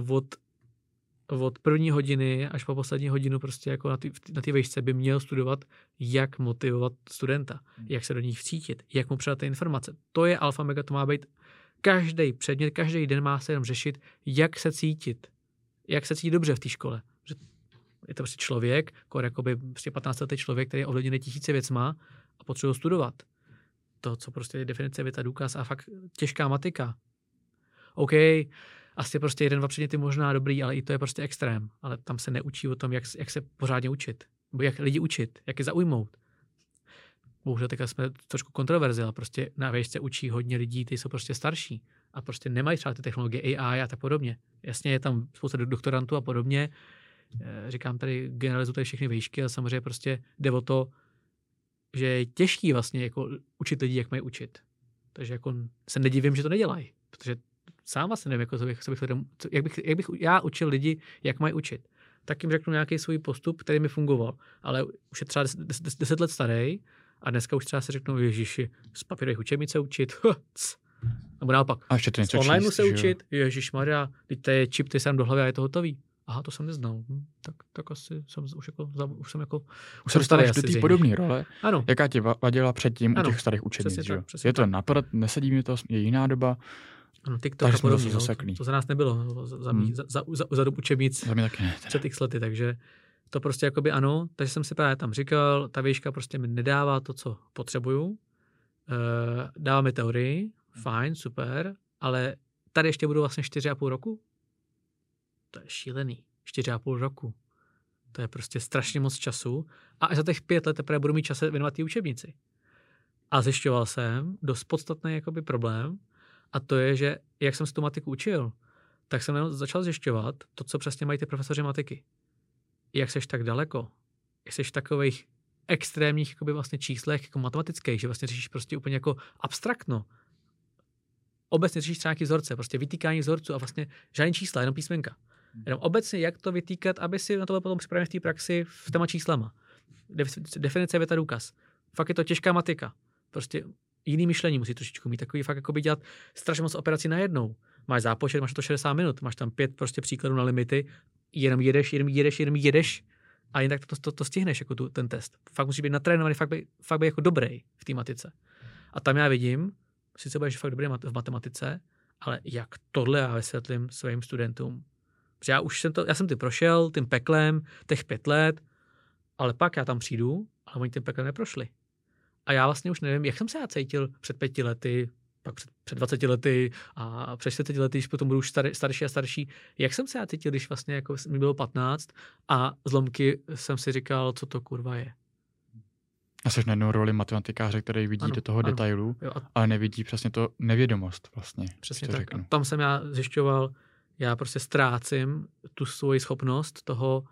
od první hodiny až po poslední hodinu prostě jako na té vejšce by měl studovat, jak motivovat studenta, jak se do nich vcítit, jak mu předat ty informace. To je alfa mega, to má být každý předmět, každý den má se jenom řešit, jak se cítit dobře v té škole. Je to prostě člověk, jakoby prostě 15letý člověk, který je ovlivněný tisíce věcma a potřebuje studovat. To, co prostě je definice, věta, důkaz a fakt těžká matika. OK, asi prostě 1-2 předměty možná dobrý, ale i to je prostě extrém. Ale tam se neučí o tom, jak se pořádně učit. Nebo jak lidi učit, jak je zaujmout. Bohužel teďka jsme trošku kontroverzi, ale prostě na výšce učí hodně lidí, ty jsou prostě starší a prostě nemají třeba ty technologie AI a tak podobně. Jasně je tam spousta doktorantů a podobně. Říkám tady, generalizuji tady všechny výšky, ale samozřejmě prostě jde o to, že je těžký vlastně jako učit lidi, jak mají učit. Takže jako se nedivím, že to nedělají, protože sám vlastně nevím, jak bych já učil lidi, jak mají učit. Tak jim řeknu nějaký svůj postup, který mi fungoval, ale už je třeba 10 let starý a dneska už třeba se řeknou, ježiši, z papírových učebnic se učit, nebo naopak, z online se učit, ježišmarja, teď to je čip, který jsem do hlavy a je to hotový. Aha, to jsem neznal. Tak asi jsem už jsem starý do té podobné role, ano. Jaká tě vadila předtím u těch starých učebnic. Je to naprd, nesedí mi to, je jiná doba. Ano, TikTok a podobně, to za nás nebylo za dobu učebnic před x lety, takže to prostě jakoby ano, takže jsem si právě tam říkal, ta výška prostě mi nedává to, co potřebuju, dává mi teorii, fajn, super, ale tady ještě budu vlastně 4,5 roku. To je šílený, 4,5 roku. To je prostě strašně moc času a za těch 5 let teprve budu mít čas věnovat té učebnici. A zjišťoval jsem dost podstatný jakoby problém, a to je, že jak jsem si tu matiku učil, tak jsem začal zjišťovat to, co přesně mají ty profesoři matiky. Jak seš tak daleko, jak seš v takových extrémních jakoby vlastně číslech jako matematických, že vlastně řešíš prostě úplně jako abstraktno. Obecně řešíš třeba nějaký vzorce, prostě vytýkání vzorců a vlastně žádný čísla, jenom písmenka. Jenom obecně, jak to vytýkat, aby si na to byl potom připraven v té praxi v téma číslama. Definice, věta, důkaz. Fakt je to těžká matika. Prostě jiný myšlení musí trošičku mít, takový fakt jakoby dělat strašně moc operací najednou. Máš zápočet, máš to 60 minut, máš tam 5 prostě příkladů na limity, jenom jedeš a jen tak to stihneš jako ten test. Fakt musí být natrénovaný, fakt být jako dobrý v té matice. A tam já vidím, sice budeš fakt dobrý v matematice, ale jak tohle já vysvětlím svým studentům. Protože já jsem ty prošel tím peklem, těch 5 let, ale pak já tam přijdu, ale oni tím peklem neprošli. A já vlastně už nevím, jak jsem se já cítil před 5 lety, pak před 20 lety a před 40 lety, když potom budu už starší a starší. Jak jsem se já cítil, když vlastně jako mi bylo 15 a zlomky jsem si říkal, co to kurva je. A jsi na jednou roli matematikáře, který vidí do toho detailu, ale nevidí přesně to nevědomost vlastně. Přesně tak. Řeknu. A tam jsem já zjišťoval, já prostě ztrácím tu svoji schopnost toho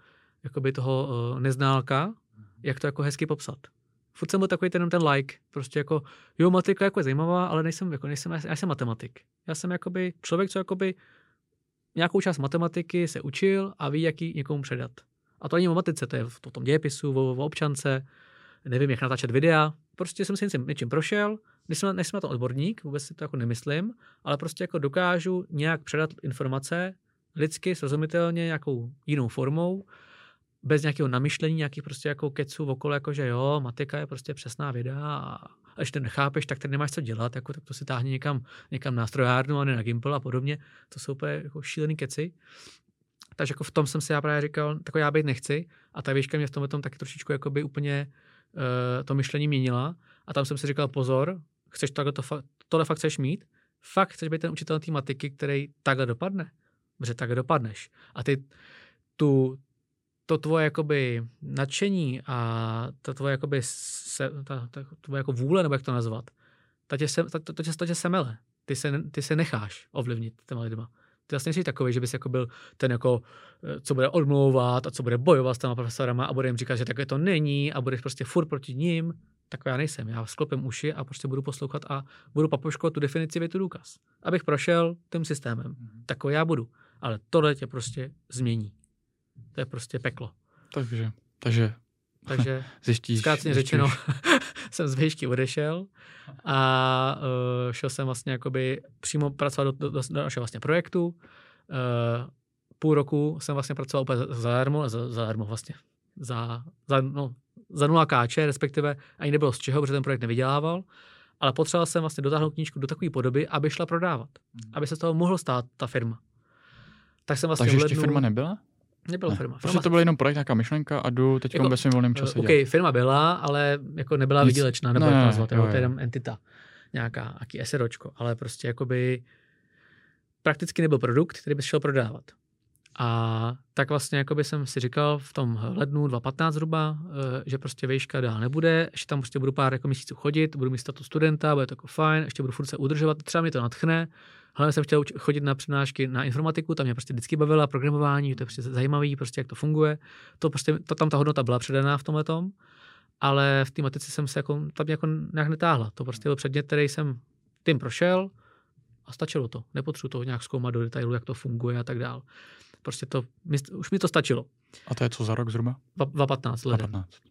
neználka, jak to jako hezky popsat. Furt jsem byl takový ten like, prostě jako, jo, matika jako je zajímavá, ale já jsem matematik. Já jsem jakoby člověk, co jakoby nějakou část matematiky se učil a ví, jak ji někomu předat. A to ani o matice, to je v tom dějepisu, o občance, nevím, jak natáčet videa. Prostě jsem si něčím prošel, nejsem na to odborník, vůbec si to jako nemyslím, ale prostě jako dokážu nějak předat informace lidsky, srozumitelně, nějakou jinou formou, bez nějakého namyšlení, nějakých prostě jako keců okolo, jako že jo, matika je prostě přesná věda a když to nechápeš, tak tady nemáš co dělat, jako, tak to si táhni někam na strojárnu a ne na Gimpl a podobně. To jsou úplně jako šílený keci. Takže jako v tom jsem si já právě říkal, tak já být nechci a ta výška mě v tom taky trošičku jakoby úplně to myšlení měnila a tam jsem si říkal pozor, chceš tohle fakt chceš mít? Fakt chceš být ten učitel té matiky, který takhle dopadne? Protože takhle dopadneš. A ty to tvoje jakoby nadšení a ta tvoje jakoby tvoje jako vůle, nebo jak to nazvat, to tě semele. Ty se necháš ovlivnit těma lidma. Ty vlastně nejsi takový, že bys jako byl ten, jako, co bude odmlouvat a co bude bojovat s těma profesorama a bude jim říkat, že takové to není a budeš prostě furt proti ním. Takový já nejsem. Já sklopím uši a prostě budu poslouchat a budu papuškovat tu definici větu důkaz. Abych prošel tím systémem. Takový já budu. ale tohle tě prostě změní. To je prostě peklo. Takže zjistíš. Zkráceně řečeno, jsem z výšky odešel a šel jsem vlastně jakoby přímo pracovat do našeho vlastně projektu. Půl roku jsem vlastně pracoval úplně zadarmo vlastně. Za 0 káče, respektive ani nebylo z čeho, protože ten projekt nevydělával, ale potřeboval jsem vlastně dotáhnout knížku do takové podoby, aby šla prodávat. Aby se z toho mohlo stát ta firma. Tak jsem vlastně Takže ještě firma nebyla? Nebyla firma. Protože to byl jenom projekt, nějaká myšlenka a jdu teď ve svém volném čase dělat. Firma byla, ale jako nebyla výdělečná, nebo jak to nazvat, to je jenom entita. Nějaká, jaký SROčko, ale prostě jakoby prakticky nebyl produkt, který by šel prodávat. A tak vlastně jakoby jsem si říkal v tom lednu 2015 zhruba, že prostě výška dál nebude, ještě tam prostě budu pár jako měsíců chodit, budu mít status studenta, bude to jako fajn, ještě budu furt se udržovat, třeba mě to nadchne. Hlavně jsem chtěl chodit na přednášky na informatiku, tam mě prostě vždycky bavila programování, to je prostě zajímavý, prostě jak to funguje. Tam ta hodnota byla předaná v tomhletom, ale v té matice jsem se jako, tam jako nějak netáhla. To prostě byl předmět, který jsem tím prošel a stačilo to. Nepotřebuji to nějak zkoumat do detailu, jak to funguje a tak dál. Prostě už mi to stačilo. A to je co za rok zhruba? 2015 let.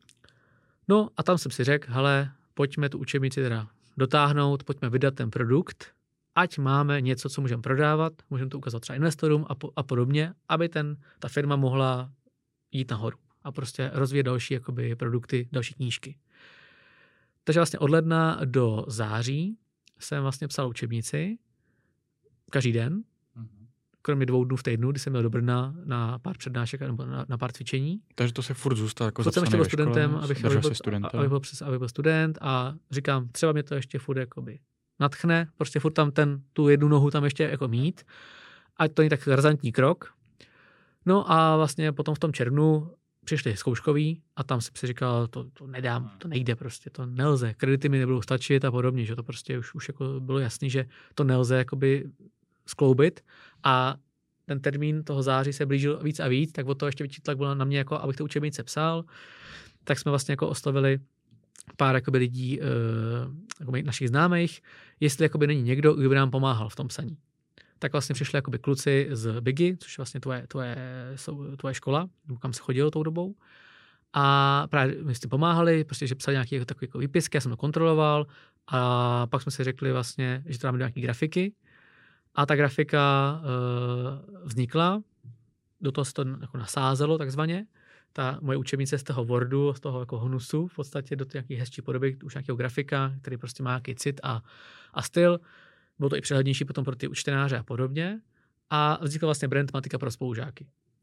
No a tam jsem si řekl, hele, pojďme tu učebnici teda dotáhnout, pojďme vydat ten produkt, ať máme něco, co můžeme prodávat, můžeme to ukázat třeba investorům a podobně, aby ta firma mohla jít nahoru a prostě rozvíjet další jakoby, produkty, další knížky. Takže vlastně od ledna do září jsem vlastně psal učebnici každý den, kromě 2 dnů v týdnu, kdy jsem měl do Brna na pár přednášek nebo na pár cvičení. Takže to se furt zůstal jako zapsaný ve škole. Jsem ještě byl studentem, abych byl student a říkám, třeba mě to ještě furt jakoby nadchne, prostě furt tam tu jednu nohu tam ještě jako mít, ať to není tak razantní krok. No a vlastně potom v tom červnu přišli zkouškový a tam jsem si říkal, to nedám, to nejde prostě, to nelze, kredity mi nebudou stačit a podobně, že to prostě už jako bylo jasný, že to nelze jakoby skloubit a ten termín toho září se blížil víc a víc, tak od toho ještě větší tlak byl na mě, jako abych to učebnice psal, tak jsme vlastně jako oslovili pár jakoby lidí, jakoby našich známých, jestli jakoby není někdo, kdo by nám pomáhal v tom psaní. Tak vlastně přišli jakoby kluci z Biggy, což je vlastně tvoje škola, kam se chodil tou dobou. A právě mi s tím pomáhali, prostě, že psali nějaké takové jako výpisky, já jsem to kontroloval a pak jsme si řekli vlastně, že tam nějaké grafiky. A ta grafika vznikla, do toho se to jako nasázelo takzvaně. Ta moje učebnice z toho Wordu, z toho jako hnusu, v podstatě do nějaké hezčí podoby, už nějakého grafika, který prostě má nějaký cit a styl. Bylo to i přehlednější potom pro ty čtenáře a podobně. A vznikla vlastně brand Matika pro spolužáky.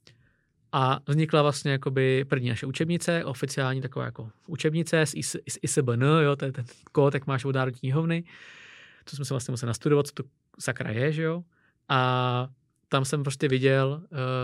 A vznikla vlastně jakoby první naše učebnice, oficiální taková jako učebnice s ISBN, jo, to je ten kód, jak máš od Národní knihovny. To jsme se vlastně museli nastudovat, co to sakra je, že jo. A tam jsem prostě viděl,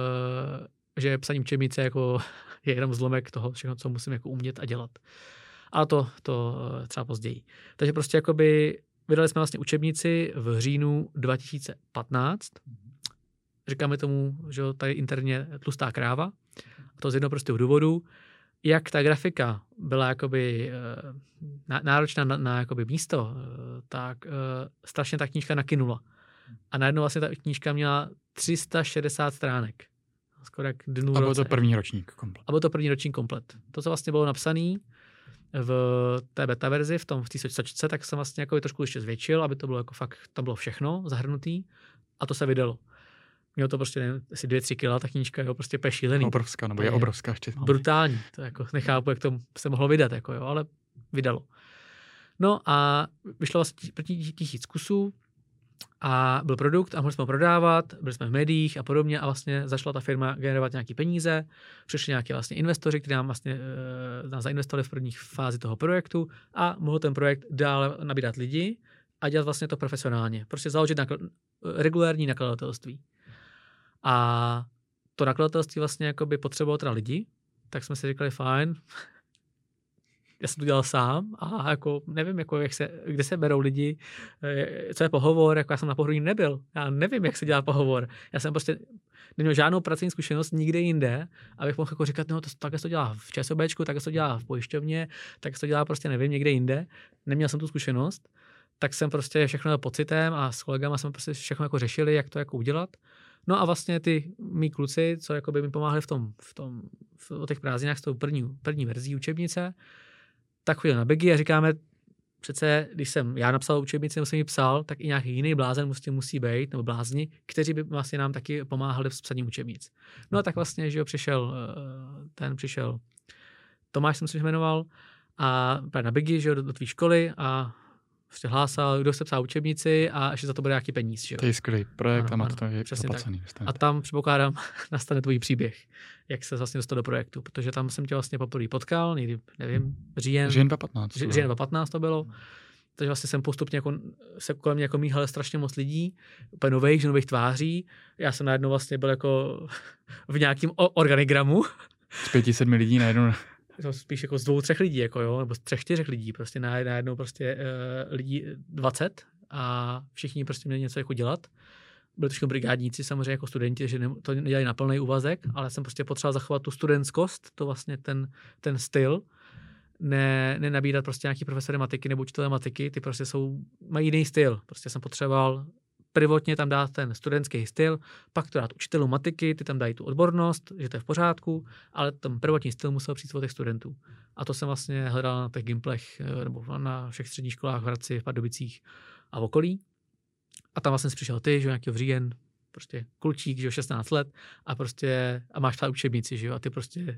že psaní učebnice jako je jenom zlomek toho všechno, co musím jako umět a dělat. Ale to třeba později. Takže prostě jakoby vydali jsme vlastně učebnici v říjnu 2015. Říkáme tomu, že tady interně tlustá kráva. A to z jednoho prostého důvodu, jak ta grafika byla jakoby náročná na jakoby místo, tak strašně ta knížka nakynula. A najednou vlastně ta knížka měla 360 stránek. Skoro jak dnů. A byl to první ročník komplet. A byl to první ročník komplet. To, co vlastně bylo napsané v té beta verzi, v té sočce, tak jsem vlastně jako trošku ještě zvětšil, aby to bylo jako fakt, tam bylo všechno zahrnutý a to se vydalo. Mělo to prostě, nevím, asi 2-3 kila, ta knížka, jo, prostě šílený. Obrovská, nebo je obrovská ještě. Brutální, to jako nechápu, jak to se mohlo vydat, jako jo, ale vydalo. No a vyšlo vlastně 1000 kusů a byl produkt a mohli jsme ho prodávat, byli jsme v médiích a podobně a vlastně začala ta firma generovat nějaké peníze, přišli nějaké vlastně investoři, kteří nám vlastně nás zainvestovali v prvních fázi toho projektu a mohl ten projekt dále nabírat lidi a dělat vlastně to profesionálně. Prostě založit regulární nakladatelství. A to nakladatelství vlastně jakoby potřebovalo teda lidi, tak jsme si říkali fajn, já jsem to dělal sám a jako nevím, jako kde se berou lidi, co je pohovor, jako já jsem na pohovoru nebyl, já nevím, jak se dělá pohovor, já jsem prostě neměl žádnou pracovní zkušenost nikde jinde, abych mohl jako říkat, no takhle se to dělá v ČSOBčku, takhle se to dělá v pojišťovně, takhle se to dělá prostě nevím, někde jinde, neměl jsem tu zkušenost, tak jsem prostě všechno pocitem a s kolegama jsme prostě všechno jako řešili, jak to jako udělat. No a vlastně ty mý kluci, co jakoby mi pomáhali o těch prázdninách s tou první verzí učebnice, tak chodili na Begy a říkáme, přece, když jsem já napsal učebnici, nebo jsem ji psal, tak i nějaký jiný blázen musí být, nebo blázni, kteří by vlastně nám taky pomáhali s psaním učebnic. No a tak vlastně, že jo, přišel Tomáš, jsem se jmenoval, a na Begy, že jo, do tvý školy a prostě hlásal, kdo se psal učebnici a ještě za to bude nějaký peníz. Že jo? To je skvělý projekt, ano, a má to zaplacený. A tam předpokládám, nastane tvůj příběh, jak se vlastně dostal do projektu, protože tam jsem tě vlastně poprvé potkal, někdy, nevím, říjen 2015 to bylo. Takže vlastně jsem postupně jako, se kolem mě jako míhal strašně moc lidí, úplně nových tváří. Já jsem najednou vlastně byl jako v nějakým organigramu. Z 5-7 lidí najednou. Spíš jako z 2-3 lidí, jako jo, nebo z 3-4 lidí, prostě najednou prostě lidí 20 a všichni prostě měli něco jako dělat. Byli trošku brigádníci samozřejmě jako studenti, že to nedělají na plný úvazek, ale jsem prostě potřeboval zachovat tu studentskost, to vlastně ten styl, nenabírat prostě nějaký profesory matiky nebo učitelé matiky, ty prostě mají jiný styl. Prostě jsem potřeboval prvotně tam dát ten studentský styl, pak to dát učitelům matiky, ty tam dají tu odbornost, že to je v pořádku, ale ten prvotní styl musel přijít od těch studentů. A to jsem vlastně hledal na těch gimplech nebo na všech středních školách v Hradci, v Pardubicích a v okolí. A tam vlastně přišel ty, že nějaký Říjen, prostě klučík, že 16 let a máš psát učebnici, že jo, a ty prostě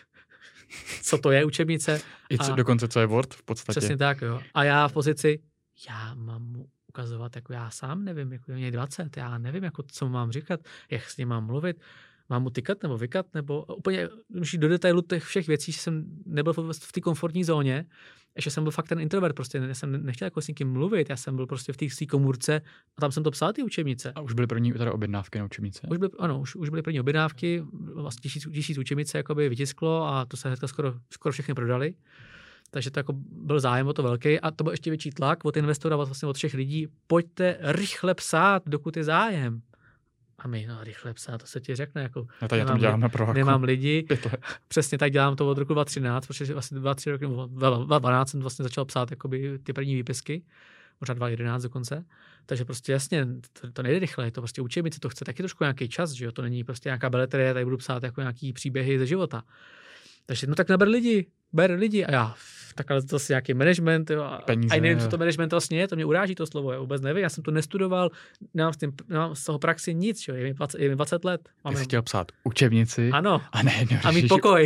co to je učebnice. Dokonce co je Word v podstatě. Přesně tak, jo. A já v pozici, já mám mu ukazovat, jako já sám nevím, jako mě 20, já nevím, jako co mám říkat, jak s ním mám mluvit, mám mu tykat nebo vykat, nebo úplně musí do detailu těch všech věcí, že jsem nebyl v té komfortní zóně, ještě jsem byl fakt ten introvert, prostě jsem nechtěl jako s někým mluvit, já jsem byl prostě v té své komůrce a tam jsem to psal, ty učebnice. A už byly první teda objednávky na učebnice? Už byly první objednávky, vlastně 1000 učebnice jakoby vytisklo a to se hnedka skoro všechny prodali. Takže to jako byl zájem o to velký a to byl ještě větší tlak od investora, vlastně od všech lidí. Pojďte rychle psát, dokud je zájem. A my, rychle psát, to se ti řekne. Jako, já to dělám na prováku. Nemám lidi. Přesně tak dělám to od roku 2013, protože vlastně 2-3 roky, 2012 jsem vlastně začal psát jakoby, ty první výpisky, možná 2011 dokonce. Takže prostě jasně, to nejde rychle, je to prostě učebnice, to chce taky trošku nějaký čas, že jo? To není prostě nějaká beletrie, tady budu psát jako nějaký příběhy ze života. Takže tak ber lidi a já, takhle to je nějaký management, jo, a nevím, co to management vlastně je, to mě uráží to slovo, já vůbec nevím, já jsem to nestudoval, nemám z toho praxi nic, jo, je mi 20 let. Ty jsi chtěl psát učebnici ano, a mít pokoj.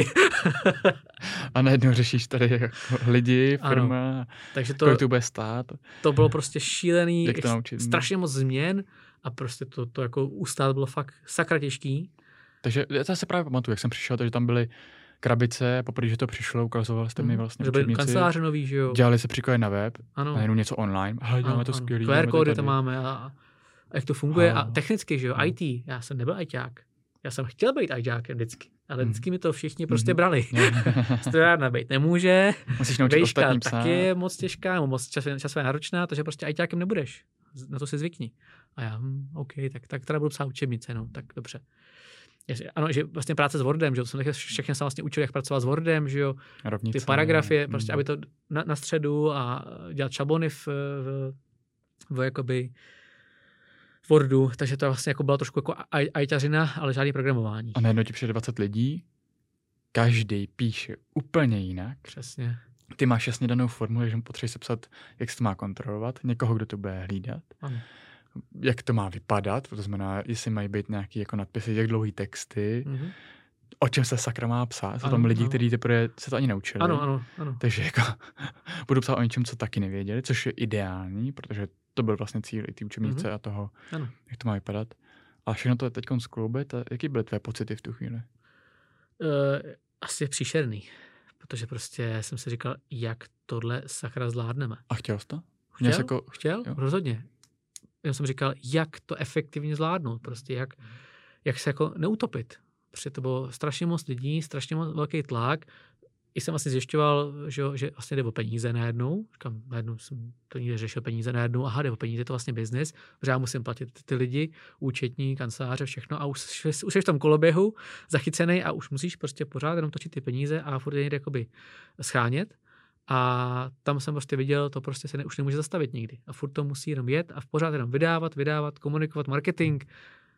A najednou řešíš tady jako lidi, firma, ano. Takže kolik to bude stát. To bylo prostě šílený, strašně moc změn a prostě to jako ustát bylo fakt sakra těžký. Takže já se právě pamatuju, jak jsem přišel, takže tam byly krabice, poprvé, že to přišlo, ukazovali jste mi vlastně učebnici. Kanceláře nový, že jo. Dělali se příklady na web, ano. najednou něco online. Ale děláme to skvělý. QR kódy to máme a jak to funguje. A technicky, že jo, IT. Já jsem nebyl ITák. Já jsem chtěl být ITákem vždycky. Ale vždycky mi to všichni prostě brali. Strojárna být nemůže. Musíš naučit ostatní psát. Taky je moc těžká, nebo moc časově náročná, takže prostě ITákem nebudeš. Na to si zvykni. A já, OK, tak teda budu psát učebnice, no, tak dobře. Ano, že vlastně práce s Wordem, že jsem všechny se vlastně učil, jak pracovat s Wordem, že jo, rovnice, ty paragrafy, prostě, aby to na středu a dělat šablony v jakoby Wordu, takže to vlastně jako byla trošku jako ajťařina, ale žádný programování. A najednou ti přijde 20 lidí, každý píše úplně jinak. Přesně. Ty máš jasně danou formu, že potřebuješ se psat, jak se to má kontrolovat, někoho, kdo to bude hlídat. Ano. Jak to má vypadat, to znamená, jestli mají být nějaký jako nadpisy, jak dlouhý texty, o čem se sakra má psát. Jsou tam lidi, kteří teprve se to ani naučili. Ano. Takže jako budu psát o něčem, co taky nevěděli, což je ideální, protože to byl vlastně cíl i té učebnice a toho, jak to má vypadat. A všechno to je teď skloubit. Jaký byly tvé pocity v tu chvíli? Asi příšerný, protože prostě jsem si říkal, jak tohle sakra zvládneme. A chtěl jsi to? Chtěl? Rozhodně. Já jsem říkal, jak to efektivně zvládnout, prostě jak se jako neutopit. Protože to bylo strašně moc lidí, strašně moc velký tlak. I jsem vlastně zjišťoval, že vlastně jde o peníze najednou. Říkám, najednou jsem to nikdy řešil peníze najednou. Aha, jde o peníze, to vlastně biznis, protože já musím platit ty lidi, účetní, kanceláře, všechno a už jsi v tom koloběhu zachycený a už musíš prostě pořád jenom točit ty peníze a furt někde jakoby schánět. A tam jsem prostě viděl, to prostě už nemůže zastavit nikdy. A furt to musí jenom jet a pořád jenom vydávat, komunikovat, marketing.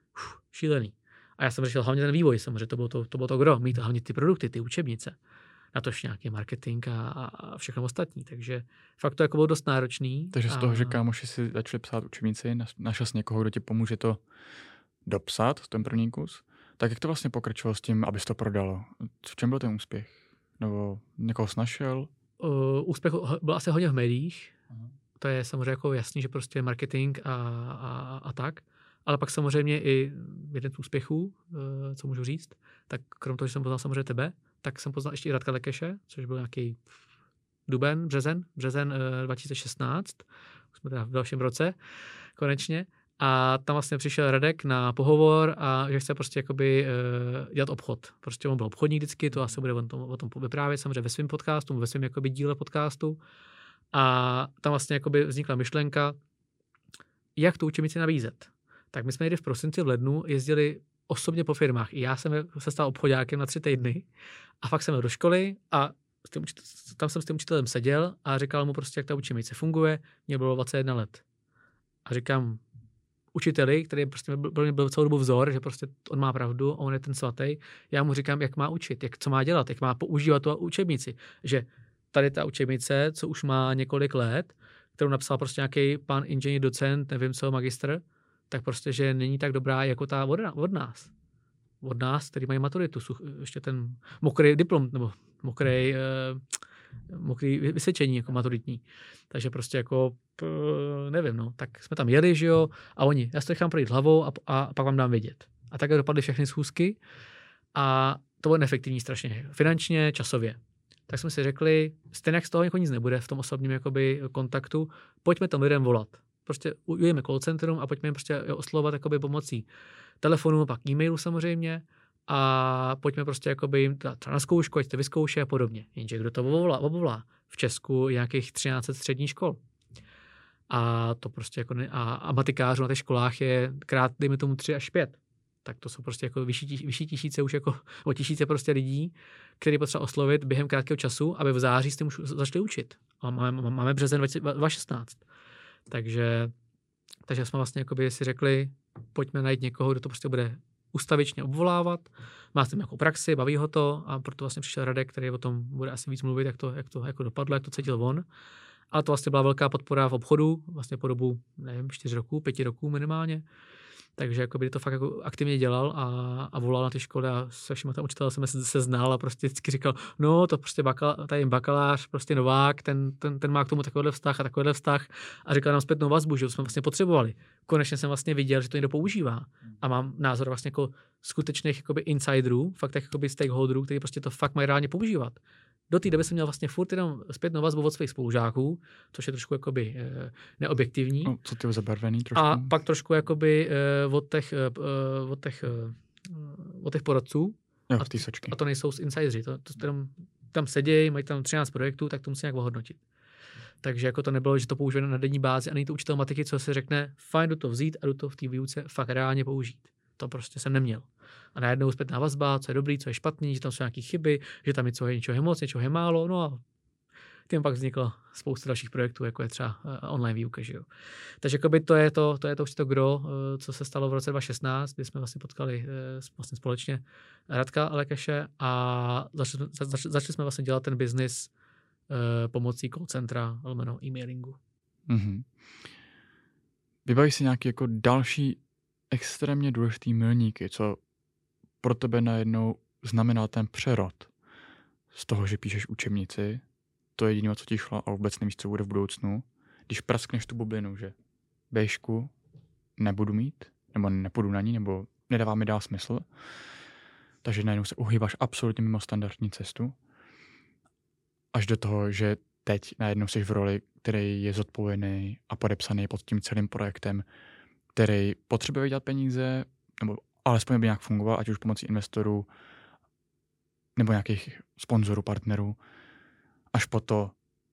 šílený. A já jsem řešil hlavně ten vývoj, samozřejmě to bylo to gro, mít hlavně ty produkty, ty učebnice, na tož nějaký marketing a všechno ostatní, takže fakt to jako bylo dost náročný. Takže z toho, že kámoši si začali psát učebnici, našel jsi někoho, kdo ti pomůže to dopsat, ten první kus, tak jak to vlastně pokračovalo s tím, abys to prodalo? V čem byl ten úspěch? Nebo někoho jsi našel? Úspěch byl asi hodně v médiích. To je samozřejmě jako jasný, že prostě marketing a tak. Ale pak samozřejmě i jeden z úspěchů, co můžu říct, tak krom toho, že jsem poznal samozřejmě tebe, tak jsem poznal ještě i Radka Lekeše, což byl nějaký březen 2016. Jsme teda v dalším roce konečně. A tam vlastně přišel Radek na pohovor a že chce prostě jakoby dělat obchod. Prostě on byl obchodník vždycky, to asi bude o tom vyprávět samozřejmě ve svém podcastu, ve svém jakoby díle podcastu. A tam vlastně jakoby vznikla myšlenka, jak tu učebnici nabízet. Tak my jsme někdy v prosinci, v lednu jezdili osobně po firmách. I já jsem se stal obchodákem na 3 týdny a fakt jsem byl do školy a tam jsem s tím učitelem seděl a říkal mu prostě, jak ta učebnice funguje. Mě bylo 21 let. A říkám učiteli, který prostě byl celou dobu vzor, že prostě on má pravdu, on je ten svatý. Já mu říkám, jak má učit, co má dělat, jak má používat tu učebnici. Že tady ta učebnice, co už má několik let, kterou napsal prostě nějaký pan inženýr, docent, nevím co, magistr, tak prostě, že není tak dobrá jako ta od nás. Od nás, který mají maturitu, ještě ten mokrý diplom, nebo mokrý vysvědčení jako maturitní. Takže prostě jako, nevím, no, tak jsme tam jeli, že jo, a oni, já si to nechám projít hlavou a pak vám dám vědět. A takhle dopadly všechny schůzky a to bylo neefektivní strašně, finančně, časově. Tak jsme si řekli, stejně jak z toho jako nic nebude v tom osobním jakoby kontaktu, pojďme tam lidem volat. Prostě ujeme call centrum a pojďme jim prostě oslovovat jakoby pomocí telefonu, pak e-mailu samozřejmě a pojďme prostě jakoby jim třeba na zkoušku, ať to vyzkouší a podobně. Jenže kdo to obvolá? V Česku je nějakých 13 středních škol. A to prostě jako a matikářů na těch školách je krát, dejme tomu 3 až 5. Tak to jsou prostě jako vyšší tisíce už jako o tisíce prostě lidí, který potřeba oslovit během krátkého času, aby v září s tím už začali učit. A máme březen 2016. Takže jsme vlastně jakoby si řekli, pojďme najít někoho, kdo to prostě bude ustavičně obvolávat, má s tím nějakou praxi, baví ho to a proto vlastně přišel Radek, který o tom bude asi víc mluvit, jak to jako dopadlo, jak to cítil on. Ale to vlastně byla velká podpora v obchodu, vlastně po dobu, nevím, 4 roků, 5 roků minimálně. Takže jakoby to fakt jako aktivně dělal a volal na ty školy a se všema tam učitel jsem se znal a prostě vždycky říkal, no to prostě tady bakalář, prostě novák, ten má k tomu takovýhle vztah a takovýhle vztah a říkal nám zpětnou vazbu, že to jsme vlastně potřebovali. Konečně jsem vlastně viděl, že to někdo používá a mám názor vlastně jako skutečných jakoby insiderů, fakt jakoby stakeholderů, kteří prostě to fakt mají reálně používat. Do té doby jsem měl vlastně furt jenom zpětnou vazbu od svých spolužáků, což je trošku jakoby neobjektivní. No, co ty zabarvený trošku. A pak trošku jakoby od těch poradců. Jo, v té sočky. A to nejsou insideri. Tam sedějí, mají tam 13 projektů, tak to musí nějak ohodnotit. Takže jako to nebylo, že to použije na denní bázi a není to učitel matiky, co si řekne, fajn, jdu to vzít a jdu to v té výuce fakt reálně použít. To prostě jsem neměl. A najednou zpětná vazba, co je dobrý, co je špatný, že tam jsou nějaké chyby, že tam něčeho je moc, něčeho je málo, no a tím pak vznikla spousta dalších projektů, jako je třeba online výuka, že jo. Takže jakoby to je to už to gro, co se stalo v roce 2016, kdy jsme vlastně potkali vlastně společně Radka Lekeše a začali jsme vlastně dělat ten biznis pomocí call centra, lomeno e-mailingu. Mm-hmm. Vybaví si nějaký jako další extrémně důležitý milníky, co pro tebe najednou znamená ten přerod z toho, že píšeš učebnici, to je jediné, co ti šlo a vůbec nevíš, co bude v budoucnu, když praskneš tu bublinu, že béšku nebudu mít, nebo nepůjdu na ní, nebo nedává mi dál smysl, takže najednou se uhýbáš absolutně mimo standardní cestu, až do toho, že teď najednou jsi v roli, který je zodpovědný a podepsaný pod tím celým projektem, který potřebuje vydělat peníze, nebo alespoň by nějak fungoval, ať už pomocí investorů, nebo nějakých sponzorů, partnerů, až po to,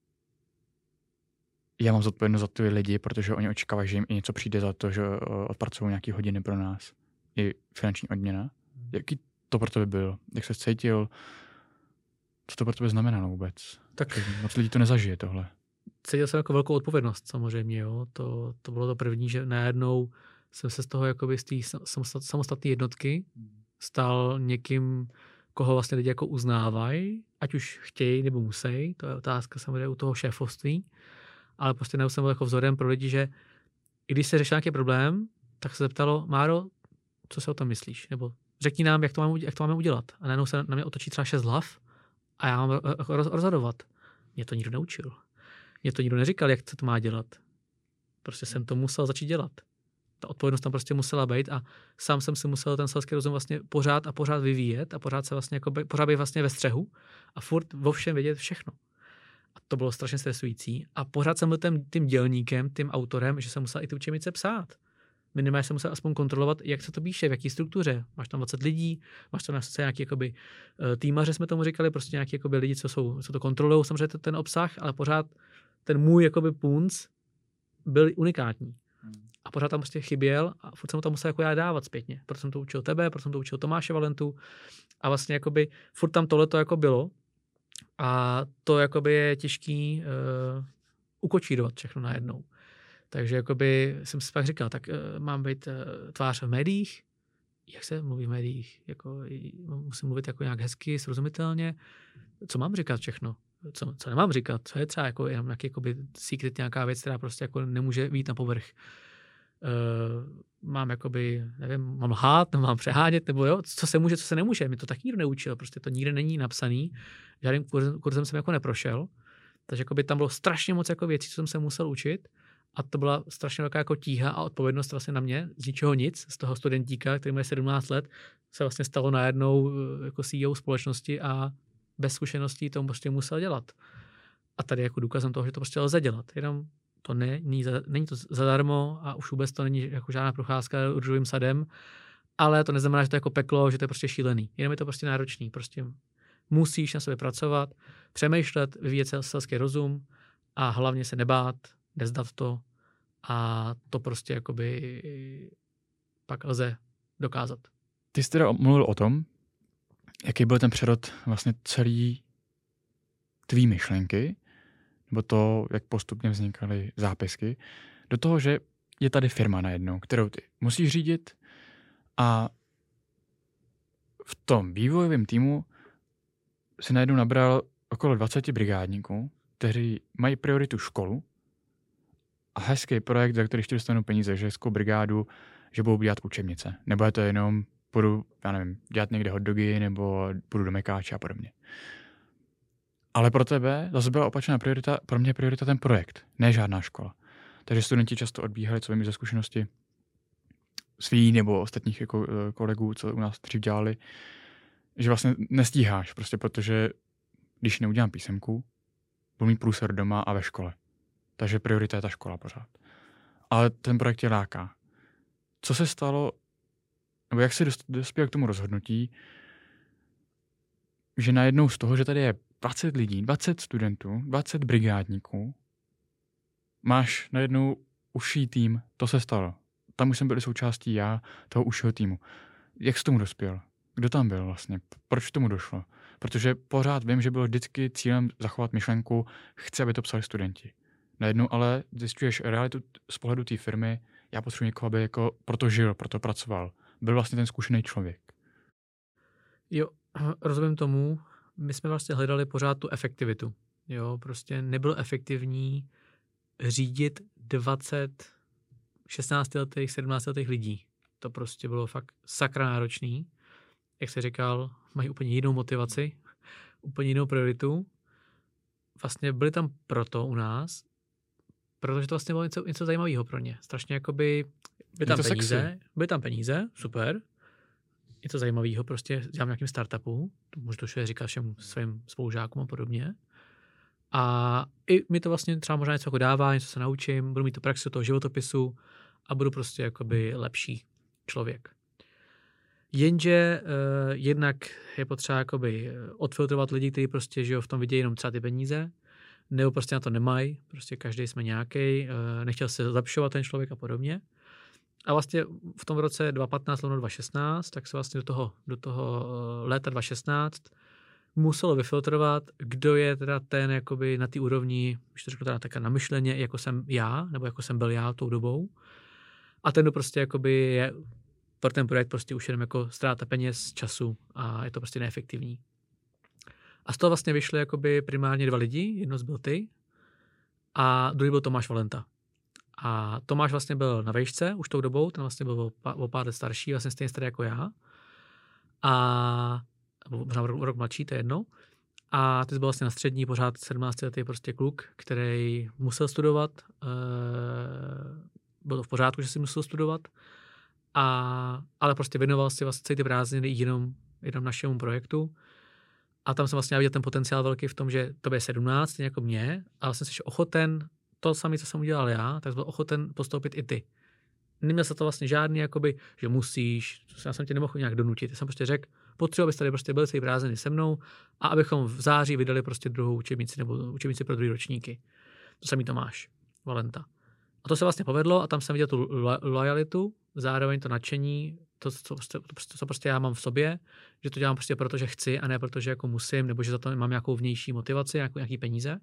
já mám zodpovědnost za ty lidi, protože oni očekávají, že jim i něco přijde za to, že odpracují nějaké hodiny pro nás. I finanční odměna. Jaký to pro tebe byl? Jak se cítil? Co to pro tebe znamenalo vůbec? Tak moc lidí to nezažije tohle. Cítil jsem jako velkou odpovědnost samozřejmě. Jo. To bylo to první, že najednou jsem se z toho jakoby z té samostatné jednotky stal někým, koho vlastně lidi jako uznávají, ať už chtějí nebo musí, to je otázka samozřejmě u toho šéfovství, ale prostě jsem byl jako vzorem pro lidi, že i když se řešil nějaký problém, tak se zeptalo, Máro, co si o tom myslíš? Nebo řekni nám, jak to máme udělat. A najednou se na mě otočí třeba 6 hlav a já mám rozhodovat. Mě to nikdo neučil. Mě to nikdo neříkal, jak se to má dělat. Prostě jsem to musel začít dělat. Ta odpovědnost tam prostě musela být a sám jsem si musel ten selský rozum vlastně pořád vyvíjet a pořád být vlastně ve střehu a furt vo všem vědět všechno. A to bylo strašně stresující. A pořád jsem byl tím dělníkem, tím autorem, že jsem musel i ty učebnice psát. Minimálně jsem musel aspoň kontrolovat, jak se to píše, v jaký struktuře. Máš tam 20 lidí, máš tam nějaký jakoby, týmaře, jsme tomu říkali, prostě nějaký jakoby, lidi, co to kontrolují, samozřejmě ten obsah, ale pořád ten můj jakoby, punc byl unikátní. A pořád tam prostě chyběl a furt jsem to musel jako já dávat zpětně. Proto jsem to učil tebe, proto jsem to učil Tomáše Valentu a vlastně jakoby, furt tam tohleto jako bylo. A to jakoby je těžký ukočírovat všechno najednou. Takže jakoby jsem si pak říkal, tak mám být tvář v médiích. Jak se mluví v médiích? Jako, musím mluvit jako nějak hezky, srozumitelně. Co mám říkat všechno? Co nemám říkat? Co je třeba jako jenom nějaký jakoby secret, nějaká věc, která prostě jako nemůže vyjít na povrch? Mám jakoby, nevím, mám lhát, nebo mám přehánět, nebo jo, co se může, co se nemůže. Mě to taky nikdo neučil, prostě to nikde není napsaný. Žádným kurzem jsem jako neprošel. Takže jakoby tam bylo strašně moc jako věcí, co jsem se musel učit. A to byla strašně velká jako tíha a odpovědnost vlastně na mě. Z ničeho nic, z toho studentíka, který má 17 let, se vlastně stalo najednou jako CEO společnosti a bez zkušeností to prostě musel dělat. A tady jako důkazem toho, že to prostě lze dělat. Jenom to není to zadarmo a už vůbec to není jako žádná procházka růžovým sadem, ale to neznamená, že to je jako peklo, že to je prostě šílený. Jenom je to prostě náročný. Prostě musíš na sobě pracovat, přemýšlet, vyvíjet selský rozum a hlavně se nebát, nezdat to a to prostě jakoby pak lze dokázat. Ty jsi teda mluvil o tom, jaký byl ten přerod vlastně celý tvý myšlenky, nebo to, jak postupně vznikaly zápisky, do toho, že je tady firma najednou, kterou ty musíš řídit a v tom vývojovém týmu si najednou nabral okolo 20 brigádníků, kteří mají prioritu školu a hezký projekt, za který ještě dostanou peníze, že hezkou brigádu, že budou dělat učebnice. Nebo je to jenom, budu, já nevím, dělat někde hotdogy, nebo budu do Mekáče a podobně. Ale pro tebe zase byla opačná priorita, pro mě priorita ten projekt, ne žádná škola. Takže studenti často odbíhali, co vím ze zkušenosti svý nebo ostatních jako kolegů, co u nás dřív dělali, že vlastně nestíháš, prostě protože když neudělám písemku, budu mít průser doma a ve škole. Takže priorita je ta škola pořád. Ale ten projekt je láká. Co se stalo, nebo jak se dospěl k tomu rozhodnutí, že najednou z toho, že tady je 20 lidí, 20 studentů, 20 brigádníků, máš najednou užší tým, to se stalo. Tam už jsem byl součástí já, toho užšího týmu. Jak jsi tomu dospěl? Kdo tam byl vlastně? Proč tomu došlo? Protože pořád vím, že bylo vždycky cílem zachovat myšlenku, chci, aby to psali studenti. Najednou ale zjišťuješ realitu z pohledu té firmy, já potřebuji někoho, aby jako proto žil, proto pracoval. Byl vlastně ten zkušený člověk. Jo, rozumím tomu. My jsme vlastně hledali pořád tu efektivitu. Jo, prostě nebylo efektivní řídit 20 16letých, 17letých lidí. To prostě bylo fakt sakra náročný. Jak jsi říkal, mají úplně jinou motivaci, úplně jinou prioritu. Vlastně byli tam proto u nás, protože to vlastně bylo něco zajímavého pro ně. Strašně jakoby, byly tam peníze, super. Něco zajímavého, prostě dělám nějakým startupu, můžu to říkat všem svým spolužákům a podobně. A i mi to vlastně třeba možná něco jako dává, něco se naučím, budu mít to praxi toho životopisu a budu prostě jakoby lepší člověk. Jenže jednak je potřeba jakoby odfiltrovat lidi, kteří prostě žijou v tom, vidějí jenom třeba ty peníze, nebo prostě na to nemají, prostě každý jsme nějaký, nechtěl se zlepšovat ten člověk a podobně. A vlastně v tom roce 2015-2016, tak se vlastně do toho léta 2016 muselo vyfiltrovat, kdo je teda ten jakoby na té úrovni, když to řeknu teda tak namyšleně, jako jsem já, nebo jako jsem byl já tou dobou. A ten prostě jakoby je pro ten projekt prostě už jenom jako ztráta peněz, času a je to prostě neefektivní. A z toho vlastně vyšly jakoby primárně 2 lidi, jedno byl ty a druhý byl Tomáš Valenta. A Tomáš vlastně byl na vejšce už tou dobou, ten vlastně byl o pár let starší, vlastně stejně starý jako já. A možná rok mladší, to je jedno. A ty jsi byl vlastně na střední, pořád 17 letý prostě kluk, který musel studovat. Bylo to v pořádku, že si musel studovat. Ale prostě věnoval si vlastně celý ty prázdniny jenom našemu projektu. A tam jsem vlastně viděl ten potenciál velký v tom, že to je 17, jako mě, ale jsem si ochoten, to samé, co jsem udělal já, tak byl ochoten postoupit i ty. Neměl se to vlastně žádný, jakoby, že musíš, já jsem tě nemohl nějak donutit. Já jsem prostě řekl, potřebuji, abyste tady prostě byli celý prázdniny se mnou a abychom v září vydali prostě druhou učebnici nebo učebnici pro druhý ročníky. To samý Tomáš Valenta. A to se vlastně povedlo a tam jsem viděl tu lojalitu, zároveň to nadšení, co prostě já mám v sobě, že to dělám prostě proto, že chci a ne proto, že jako musím, nebo že za to mám nějakou vnější motivaci, nějaký peníze.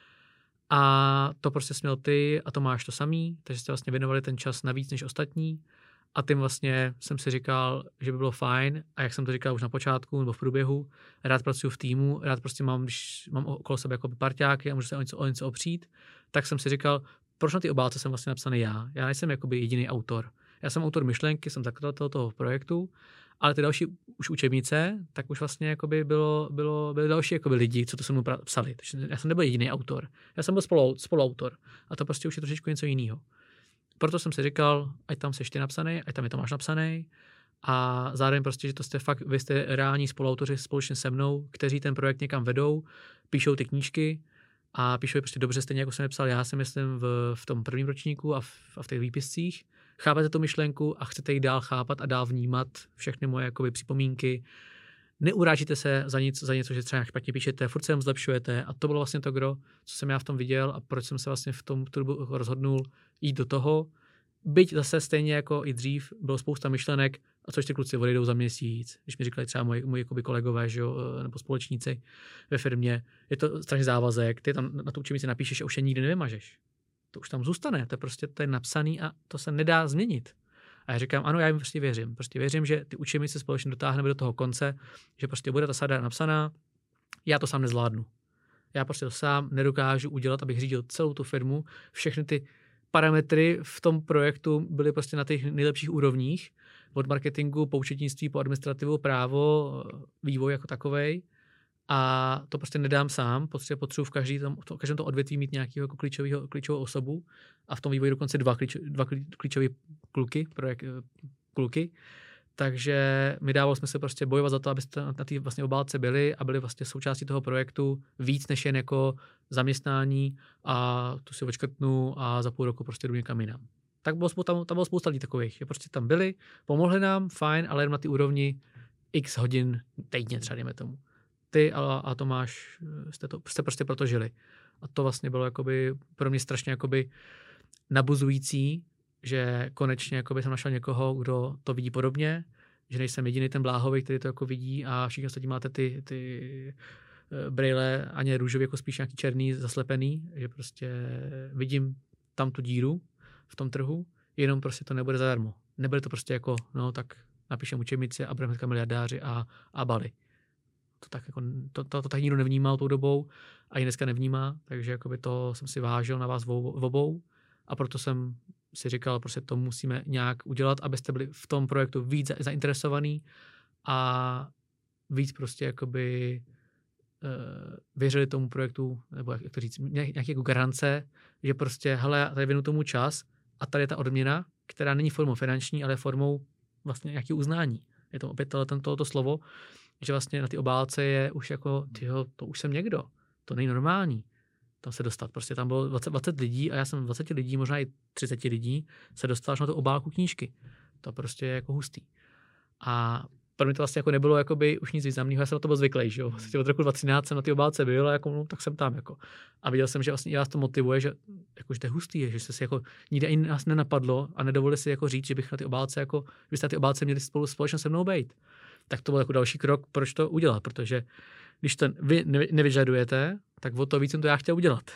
A to prostě směl ty a Tomáš to samý, takže jste vlastně věnovali ten čas navíc než ostatní. A tím vlastně jsem si říkal, že by bylo fajn, a jak jsem to říkal už na počátku nebo v průběhu, rád pracuji v týmu, rád prostě když mám okolo sebe jako parťáky a můžu se o něco opřít, tak jsem si říkal, proč na ty obálce jsem vlastně napsaný já? Já nejsem jakoby jediný autor. Já jsem autor myšlenky, jsem zakladatel toho projektu, ale ty další už učebnice, tak už vlastně jakoby byly další jakoby lidi, co to se mnou psali. Takže já jsem nebyl jediný autor. Já jsem byl spoluautor. A to prostě už je trošičku něco jiného. Proto jsem si říkal, ať tam seš ty napsaný, ať tam je Tomáš napsaný. A zároveň prostě, že to jste fakt, vy jste reální spoluautoři společně se mnou, kteří ten projekt někam vedou, píšou ty knížky a píšou je prostě dobře, stejně jako jsem je psal já, jsem myslím v tom prvním ročníku a v těch výpiscích. Chápete tu myšlenku a chcete ji dál chápat a dál vnímat všechny moje jakoby připomínky. Neurážíte se za něco, že třeba špatně píšete, furt se zlepšujete a to bylo vlastně to, co jsem já v tom viděl a proč jsem se vlastně v tom turbu rozhodnul jít do toho. Byť zase stejně jako i dřív bylo spousta myšlenek, a což ty kluci odejdou za měsíc. Když mi říkali třeba moji kolegové, že jo, nebo společníci ve firmě, je to strašně závazek, ty tam na tu učebnici napíšeš a už je nikdy nevymažeš. To už tam zůstane, to je napsaný a to se nedá změnit. A já říkám, ano, já jim prostě věřím. Prostě věřím, že ty učebnice společně dotáhneme do toho konce, že prostě bude ta sada napsaná, já to sám nezvládnu. Já prostě to sám nedokážu udělat, abych řídil celou tu firmu. Všechny ty parametry v tom projektu byly prostě na těch nejlepších úrovních. Od marketingu, po účetnictví, po administrativu, právo, vývoj jako takovej. A to prostě nedám sám, potřebuji v každém tom odvětví mít nějakého jako klíčovou osobu a v tom vývoji dokonce dva klíčové kluky. Takže mi dávalo smysl prostě bojovat za to, abyste na té vlastně obálce byli a byli vlastně součástí toho projektu víc než jen jako zaměstnání a tu si odškrtnu a za půl roku prostě jdu někam jinam. Tak tam bylo spousta lidí takových, že prostě tam byli, pomohli nám, fajn, ale jen na té úrovni x hodin týdně třeba dejme tomu. Ty a Tomáš jste prostě proto žili. A to vlastně bylo jakoby pro mě strašně jakoby nabuzující, že konečně jakoby jsem našel někoho, kdo to vidí podobně, že nejsem jediný ten bláhový, který to jako vidí a všichni ostatní máte ty brejle ani růžový, jako spíš nějaký černý, zaslepený, že prostě vidím tam tu díru v tom trhu, jenom prostě to nebude zadarmo. Nebude to prostě jako, no tak napíšem učebnici a budeme miliardáři a Bali. To tak jako, to tak nikdo nevnímal tou dobou a i dneska nevnímá, takže jakoby to jsem si vážil na vás obou a proto jsem si říkal, prostě to musíme nějak udělat, abyste byli v tom projektu víc zainteresovaní a víc prostě jakoby věřili tomu projektu, nebo jak to říct, nějaké jako garance, že prostě, hele, tady věnu tomu čas a tady je ta odměna, která není formou finanční, ale formou vlastně nějakého uznání. Je to opět tohoto slovo, že vlastně na ty obálce je už jako, tyjo, to už jsem někdo, to není normální tam se dostat. Prostě tam bylo 20 lidí a já jsem 20 lidí, možná i 30 lidí se dostal až na tu obálku knížky. To prostě je jako hustý. A pro mě to vlastně jako nebylo jakoby už nic významného, já jsem na to byl zvyklý, že jo. Vlastně od roku 2013 jsem na ty obálce byl a jako, no, tak jsem tam jako. A viděl jsem, že vlastně i vás to motivuje, že jako, že to je hustý, že se si jako nikde ani nás nenapadlo a nedovolili si jako říct, že bych na ty obálce jako, že byste na ty obálce měli společně se mnou být. Tak to byl jako další krok, proč to udělat, protože když to vy nevyžadujete, tak o to víc jsem to já chtěl udělat.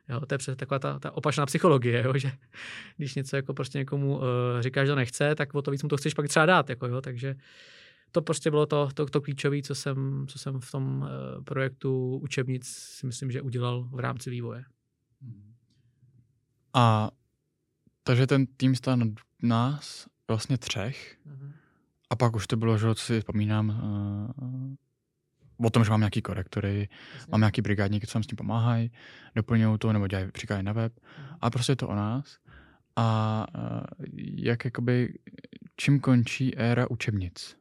Jo, to je přesně taková ta opačná psychologie, jo, že když něco jako prostě někomu říkáš, že to nechce, tak o to víc mu to chceš pak třeba dát. Jako, jo, takže to prostě bylo to klíčové, co jsem v tom projektu učebnic si myslím, že udělal v rámci vývoje. A takže ten tým stál nás vlastně 3. A pak už to bylo, že co si vzpomínám, o tom, že mám nějaký korektory, mám nějaký brigádníky, co tam s tím pomáhají, doplňují to nebo dělají přikáží na web. A prostě je to o nás. A jak jakoby, čím končí éra učebnic?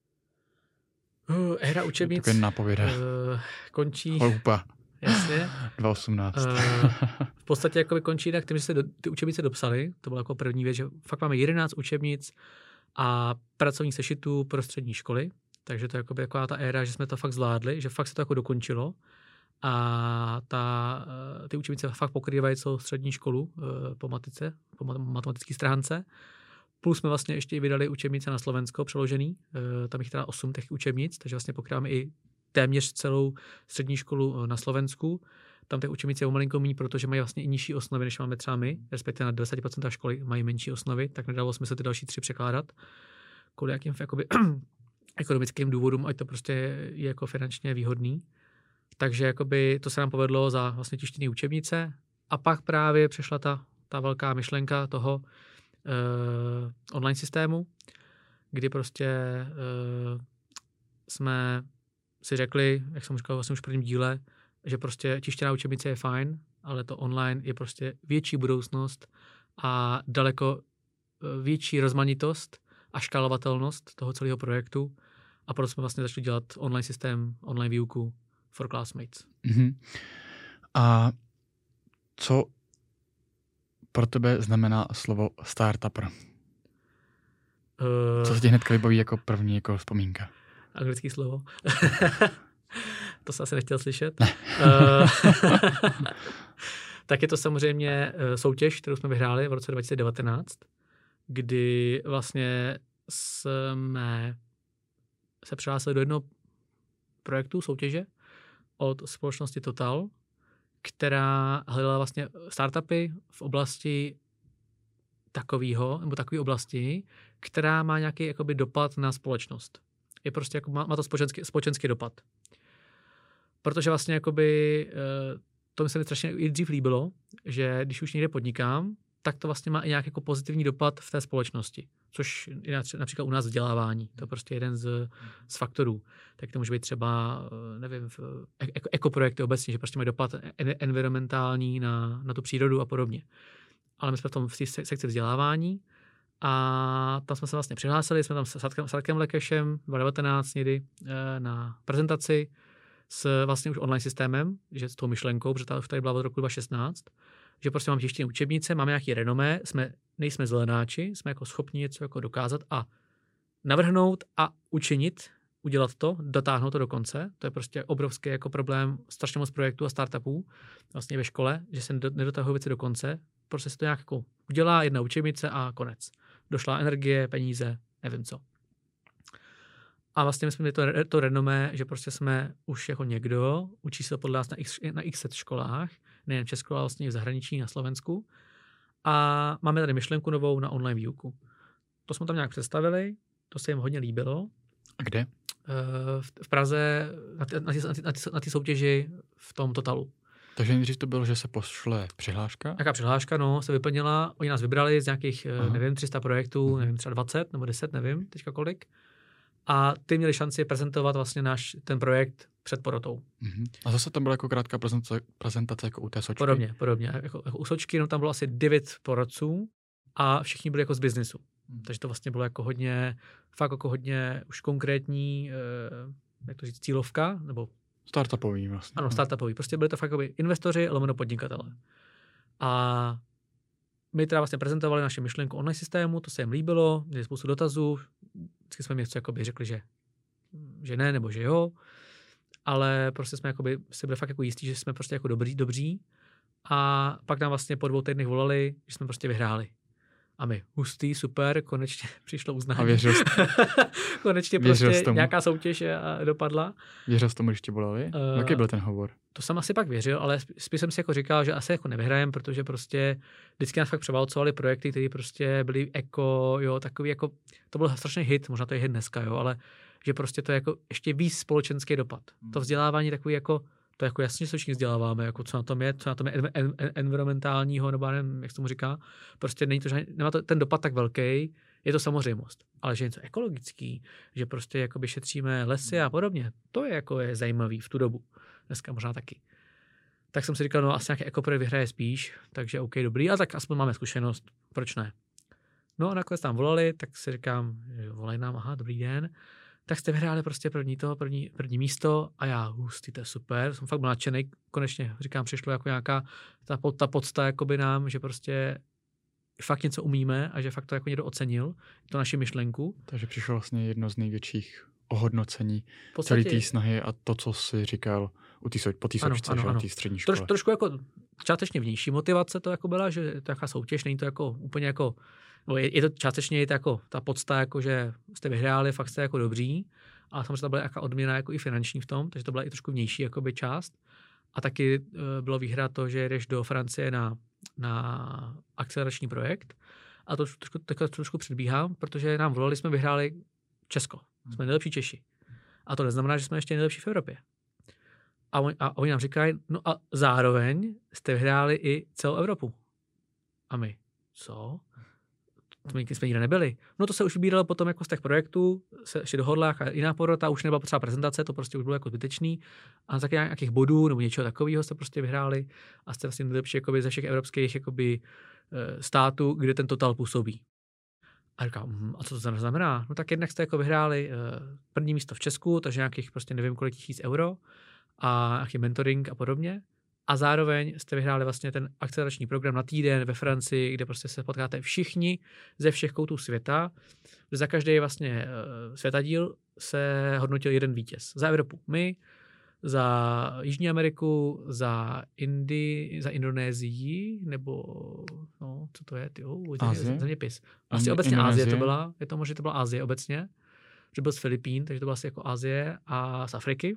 Éra učebnic Takový nápověda. Končí... Hloupa. Jasně. 2018. V podstatě jakoby končí jinak tím, že se ty učebnice dopsaly. To byla jako první věc, že fakt máme 11 učebnic a pracovních sešitů pro střední školy. Takže to je jakoby taková ta éra, že jsme to fakt zvládli, že fakt se to jako dokončilo. A ty učebnice fakt pokrývají celou střední školu po matice, po matematické stránce. Plus jsme vlastně ještě i vydali učebnice na Slovensko přeložený. Tam jich teda 8 těch učebnic, takže vlastně pokrýváme i téměř celou střední školu na Slovensku. Tam těch učebnic je o malinko méně, protože mají vlastně i nižší osnovy, než máme třeba my, respektive na 20% školy mají menší osnovy, tak nedalo smysl ty další 3 překládat. Kvůli jakým jakoby ekonomickým důvodům, ať to prostě je jako finančně výhodný. Takže jakoby to se nám povedlo za vlastně tištěné učebnice a pak právě přišla ta velká myšlenka toho online systému, kdy prostě jsme si řekli, jak jsem říkal vlastně už v prvním díle, že prostě tištěná učebnice je fajn, ale to online je prostě větší budoucnost a daleko větší rozmanitost a škálovatelnost toho celého projektu a proto jsme vlastně začali dělat online systém, online výuku for classmates. Mm-hmm. A co pro tebe znamená slovo startupper? Co se ti hnedka vybaví jako první jako vzpomínka? Anglické slovo. To jsem asi nechtěl slyšet. Tak je to samozřejmě soutěž, kterou jsme vyhráli v roce 2019, kdy vlastně jsme se přihlásili do jednoho projektu soutěže od společnosti Total, která hledala vlastně startupy v oblasti takové oblasti, která má nějaký jakoby dopad na společnost. Je prostě jako, má to společenský dopad. Protože vlastně jakoby, to mi se mi strašně i dřív líbilo, že když už někde podnikám, tak to vlastně má i nějaký jako pozitivní dopad v té společnosti. Což je například u nás vzdělávání. To je prostě jeden z faktorů. Tak to může být třeba, nevím, ekoprojekty obecně, že prostě mají dopad environmentální na tu přírodu a podobně. Ale my jsme v té sekci vzdělávání a tam jsme se vlastně přihlásili, jsme tam s Radkem Lekešem 2019 někdy na prezentaci s vlastně už online systémem, že s tou myšlenkou, protože ta už tady byla od roku 2016, že prostě máme tištěné učebnice, máme nějaké renomé, nejsme zelenáči, jsme jako schopni něco jako dokázat a navrhnout a učinit, udělat to, dotáhnout to do konce. To je prostě obrovský jako problém strašně moc projektů a startupů vlastně ve škole, že se nedotahují věci do konce. Prostě se to nějak jako udělá, jedna učebnice a konec. Došla energie, peníze, nevím co. A vlastně my jsme měli to renomé, že prostě jsme už jako někdo, učí se podle nás na x set školách, nejen v Česku, ale vlastně i v zahraničí, na Slovensku. A máme tady myšlenku novou na online výuku. To jsme tam nějak představili, to se jim hodně líbilo. A kde? V Praze, na ty soutěži v tom Totalu. Takže nejdřív to bylo, že se pošle přihláška? Jaká přihláška, no, se vyplnila, oni nás vybrali z nějakých, nevím, 300 projektů, nevím, třeba 20 nebo 10, nevím, teďka kolik. A ty měli šanci prezentovat vlastně ten projekt před porotou. Mm-hmm. A zase tam byla jako krátká prezentace jako u té Sočky? Podobně. Jako u Sočky, no tam bylo asi 9 porodců a všichni byli jako z biznisu. Takže to vlastně bylo jako hodně, fakt jako hodně už konkrétní, jak to říct, cílovka, nebo startupový vlastně. Ano, startupový. Prostě byli to fakt jako investoři, lomeno podnikatele. A my teda vlastně prezentovali naši myšlenku online systému, to se jim líbilo, měli spoustu dotazů, vždycky jsme něco jakoby řekli, že ne, nebo že jo, ale prostě jsme jakoby si byli fakt jako jistí, že jsme prostě jako dobří. A pak nám vlastně po 2 týdnech volali, že jsme prostě vyhráli. A my, hustý, super, konečně přišlo uznání. A věřil jsi, konečně věřil prostě jsi tomu? nějaká soutěž dopadla. Věřil jsi tomu, když tě boleli? Jaký byl ten hovor? To jsem asi pak věřil, ale spíš jsem si jako říkal, že asi jako nevyhrajem, protože prostě vždycky nás fakt převálcovali projekty, které prostě byly takový jako, to byl strašný hit, možná to je hit dneska, ale že prostě to je jako ještě víc společenský dopad. To vzdělávání takový jako, to jako jasně se všichni vzděláváme, jako co na tom je environmentálního, nebo nevím, jak se tomu říká, prostě není to, nemá to ten dopad tak velký, je to samozřejmost. Ale že něco ekologický, že prostě jakoby šetříme lesy a podobně, to je jako je zajímavý v tu dobu. Dneska možná taky. Tak jsem si říkal, no asi nějaký ekoprojekt vyhraje spíš, takže OK, dobrý, a tak aspoň máme zkušenost, proč ne? No a nakonec tam volali, tak si říkám, že volají nám, aha, dobrý den, tak jste vyhráli prostě první místo a já, hustý, to je super, jsem fakt byl nadšenej, konečně, říkám, přišlo jako nějaká ta podsta jakoby nám, že prostě fakt něco umíme a že fakt to jako někdo ocenil, to naši myšlenku. Takže přišlo vlastně jedno z největších ohodnocení podstatě, celé té snahy a to, co jsi říkal po té sočce, že té střední škole. Trošku jako částečně vnější motivace to jako byla, že to je taková soutěž, není to jako úplně jako, no je to částečně je to jako ta podsta, jako že jste vyhráli, fakt jste jako dobří, ale samozřejmě to byla nějaká odměna jako i finanční v tom, takže to byla i trošku vnější jakoby část. A taky bylo výhra to, že jdeš do Francie na akcelerační projekt. A to trošku předbíhám, protože nám volali, jsme vyhráli Česko. Jsme nejlepší Češi. A to neznamená, že jsme ještě nejlepší v Evropě. A oni nám říkají, no a zároveň jste vyhráli i celou Evropu. A my, co? To my jsme nikde nebyli. No to se už vybíralo potom jako z těch projektů, se ještě dohodla a jiná porota, už nebyla potřeba prezentace, to prostě už bylo jako zbytečný. A za nějakých bodů nebo něčeho takového jste prostě vyhráli a jste vlastně nejlepší jakoby ze všech evropských jakoby, států, kde ten total působí. A říkám, a co to znamená? No tak jednak jste jako vyhráli první místo v Česku, takže nějakých prostě nevím kolik tisíc euro a nějaký mentoring a podobně. A zároveň jste vyhráli vlastně ten akcelerační program na týden ve Francii, kde prostě se potkáte všichni ze všech koutů světa. Za každý vlastně světadíl se hodnotil jeden vítěz. Za Evropu my, za Jižní Ameriku, za Indonésii, nebo no, co to je, zeměpis. Vlastně obecně Asie to byla, je to možná, že to byla Asie obecně, že byl z Filipín, takže to byla asi jako Asie a z Afriky.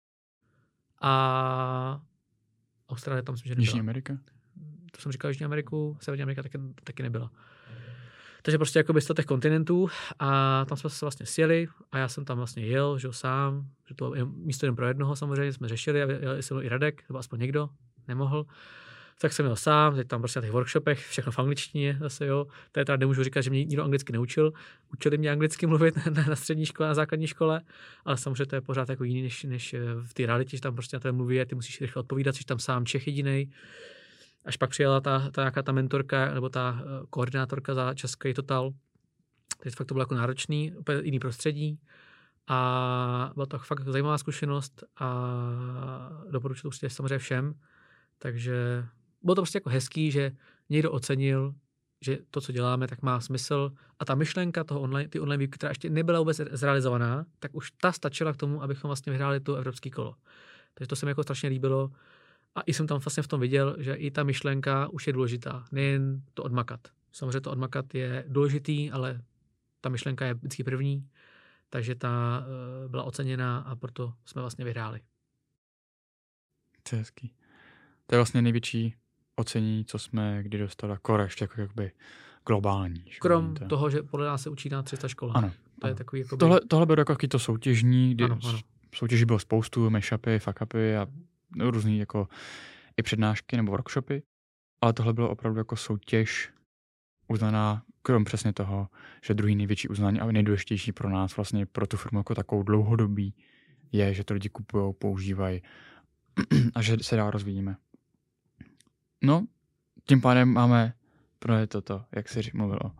A Austrálie tam myslím, že nebyla. Jižní Amerika? To jsem říkal Jižní Ameriku, Severní Amerika taky nebyla. Takže prostě jako by z těch kontinentů a tam jsme se vlastně sjeli a já jsem tam vlastně jel, že sám, že to je místo jen pro jednoho samozřejmě, jsme řešili a jel jsem i Radek, nebo aspoň někdo, nemohl. Tak jsem jel sám, teď tam prostě na těch workshopech, všechno v angličtině zase, jo. Tady teda nemůžu říkat, že mě nikdo anglicky neučil. Učili mě anglicky mluvit na střední škole, na základní škole, ale samozřejmě to je pořád jako jiný, než v té realitě, že tam prostě na tebe mluví a ty musíš rychle odpovídat, jsi tam sám Čech jedinej. Až pak přijela ta mentorka nebo ta koordinátorka za Český Total. Teď fakt to bylo jako náročný, úplně jiný prostředí. A byla to fakt zajímavá zkušenost a doporučuji to určitě samozřejmě všem. Takže bylo to prostě jako hezký, že někdo ocenil, že to, co děláme, tak má smysl. A ta myšlenka toho ty online výuky, která ještě nebyla vůbec zrealizovaná, tak už ta stačila k tomu, abychom vlastně vyhráli to evropský kolo. Takže to se mi jako strašně líbilo. A i jsem tam vlastně v tom viděl, že i ta myšlenka už je důležitá. Nejen to odmakat. Samozřejmě to odmakat je důležitý, ale ta myšlenka je vždycky první. Takže ta byla oceněná a proto jsme vlastně vyhráli. To je hezký. To je vlastně největší ocenění, co jsme kdy dostali, jako ještě jako jakoby globální. Krom toho, že podle nás se učí na 300 školách. Ano. To je takový jakoby... Tohle bylo jako to soutěžní, kdy ano. soutěží bylo spoustu, mashupy, fuckupy a různý jako i přednášky nebo workshopy, ale tohle bylo opravdu jako soutěž uznaná, krom přesně toho, že druhý největší uznání a nejdůležitější pro nás vlastně pro tu firmu jako takovou dlouhodobý je, že to lidi kupujou, používají a že se dál rozvíjíme. No, tím pádem máme pro toto, jak jsi mluvil o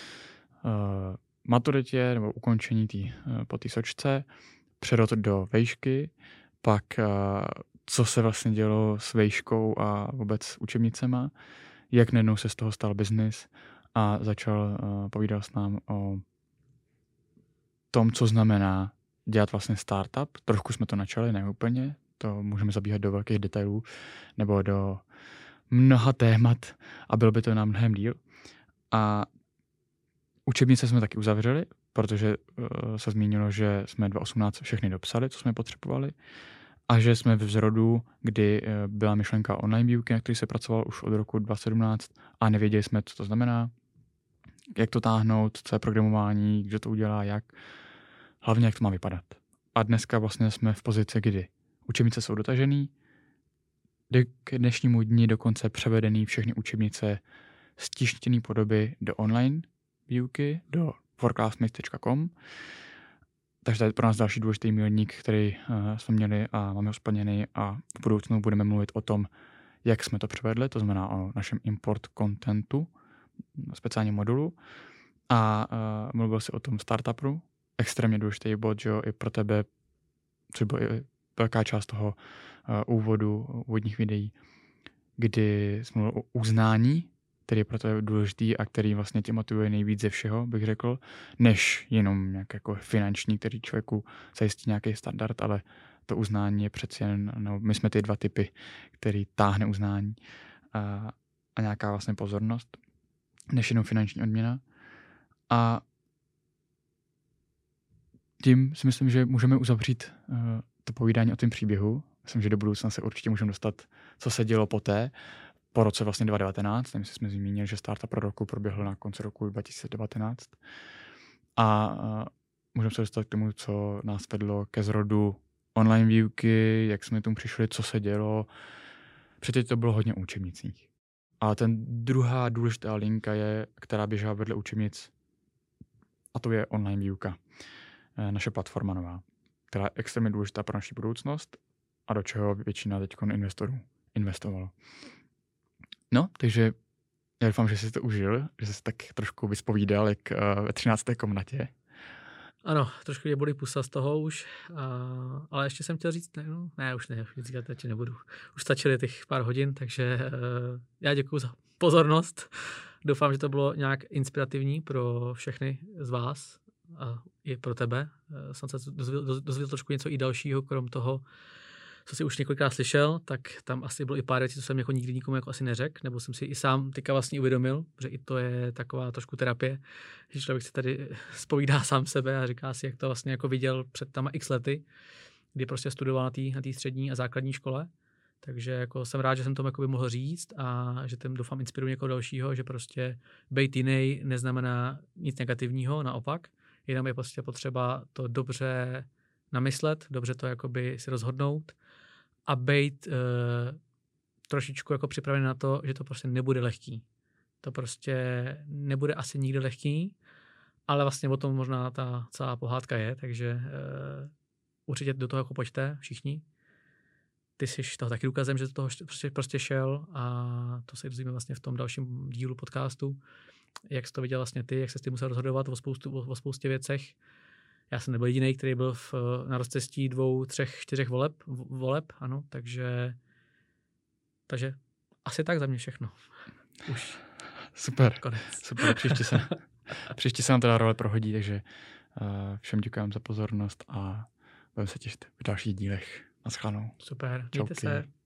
maturitě nebo ukončení po té sočce, přerod do vejšky, pak co se vlastně dělo s vejškou a vůbec učebnicema, jak najednou se z toho stal biznis a povídal s nám o tom, co znamená dělat vlastně startup. Trošku jsme to načali, ne úplně, to můžeme zabíhat do velkých detailů nebo do mnoha témat a bylo by to na mnohem díl. A Učebnice jsme taky uzavřeli, protože se zmínilo, že jsme 2018 všechny dopsali, co jsme potřebovali, a že jsme v zrodu, kdy byla myšlenka online výuky, na který se pracoval už od roku 2017 a nevěděli jsme, co to znamená, jak to táhnout, co je programování, kdo to udělá, jak, hlavně jak to má vypadat. A dneska vlastně jsme v pozici, kdy učebnice jsou dotažený, k dnešnímu dni dokonce převedený všechny učebnice z tištěné podoby do online výuky, do forclassmates.com. Takže to je pro nás další důležitý milník, který jsme měli a máme ho splněný, a v budoucnu budeme mluvit o tom, jak jsme to převedli, to znamená o našem import contentu, speciálním modulu. A mluvil si o tom startupu, extrémně důležitý bod, že jo, i pro tebe, což byla i velká část toho úvodních videí, kdy jsme mluvili o uznání, který je pro tebe důležitý a který vlastně tě motivuje nejvíc ze všeho, bych řekl, než jenom nějak jako finanční, který člověku zajistí nějaký standard, ale to uznání je přeci jen, no, my jsme ty dva typy, který táhne uznání a nějaká vlastně pozornost, než jenom finanční odměna. A tím si myslím, že můžeme uzavřít to povídání o tom příběhu. Myslím, že do budoucna se určitě můžeme dostat, co se dělo poté, po roce vlastně 2019. Nevím, jestli jsme zmínili, že Startup pro roku proběhl na konci roku 2019. A můžeme se dostat k tomu, co nás vedlo ke zrodu online výuky, jak jsme tomu přišli, co se dělo. Předtím to bylo hodně o učebnicích. A ten druhá důležitá linka je, která běžela vedle učebnic, a to je online výuka. Naše platforma nová, která je extrémně důležitá pro naši budoucnost a do čeho většina teď investorů investovalo. No, takže já doufám, že jsi to užil, že jsi tak trošku vyspovídal, jak ve 13. komnatě. Ano, trošku mě bolí pusa z toho už, ale ještě jsem chtěl říct, už říkat teď nebudu. Už stačily těch pár hodin, takže já děkuju za pozornost. Doufám, že to bylo nějak inspirativní pro všechny z vás a i pro tebe. Jsem se dozvěděl trošku něco i dalšího, krom toho, co jsi už několikrát slyšel, tak tam asi bylo i pár věcí, co jsem jako nikdy nikomu jako asi neřekl, nebo jsem si i sám teďka vlastně uvědomil, že i to je taková trošku terapie, že člověk si tady zpovídá sám sebe a říká si, jak to vlastně jako viděl před tam x lety, kdy prostě studoval na té střední a základní škole. Takže jako jsem rád, že jsem tomu jako by mohl říct a že tím doufám inspiruje někoho dalšího, že prostě být jiný neznamená nic negativního, naopak, jenom je prostě potřeba to dobře namyslet, dobře to jakoby si rozhodnout a být trošičku jako připravený na to, že to prostě nebude lehký. To prostě nebude asi nikdy lehký, ale vlastně o tom možná ta celá pohádka je, takže určitě do toho jako pojďte všichni. Ty jsi toho taky důkazem, že do toho prostě šel a to se dozvíme vlastně v tom dalším dílu podcastu, jak jsi to viděl vlastně ty, jak se s tím musel rozhodovat o spoustě věcech. Já jsem nebyl jediný, který byl na rozcestí 2, 3, 4 voleb, ano, takže asi tak za mě všechno. Už. Super, konec. Super, příště se nám teda role prohodí, takže všem děkujeme za pozornost a budeme se těšit v dalších dílech. Naschledanou. Super, Čauky. mějte se.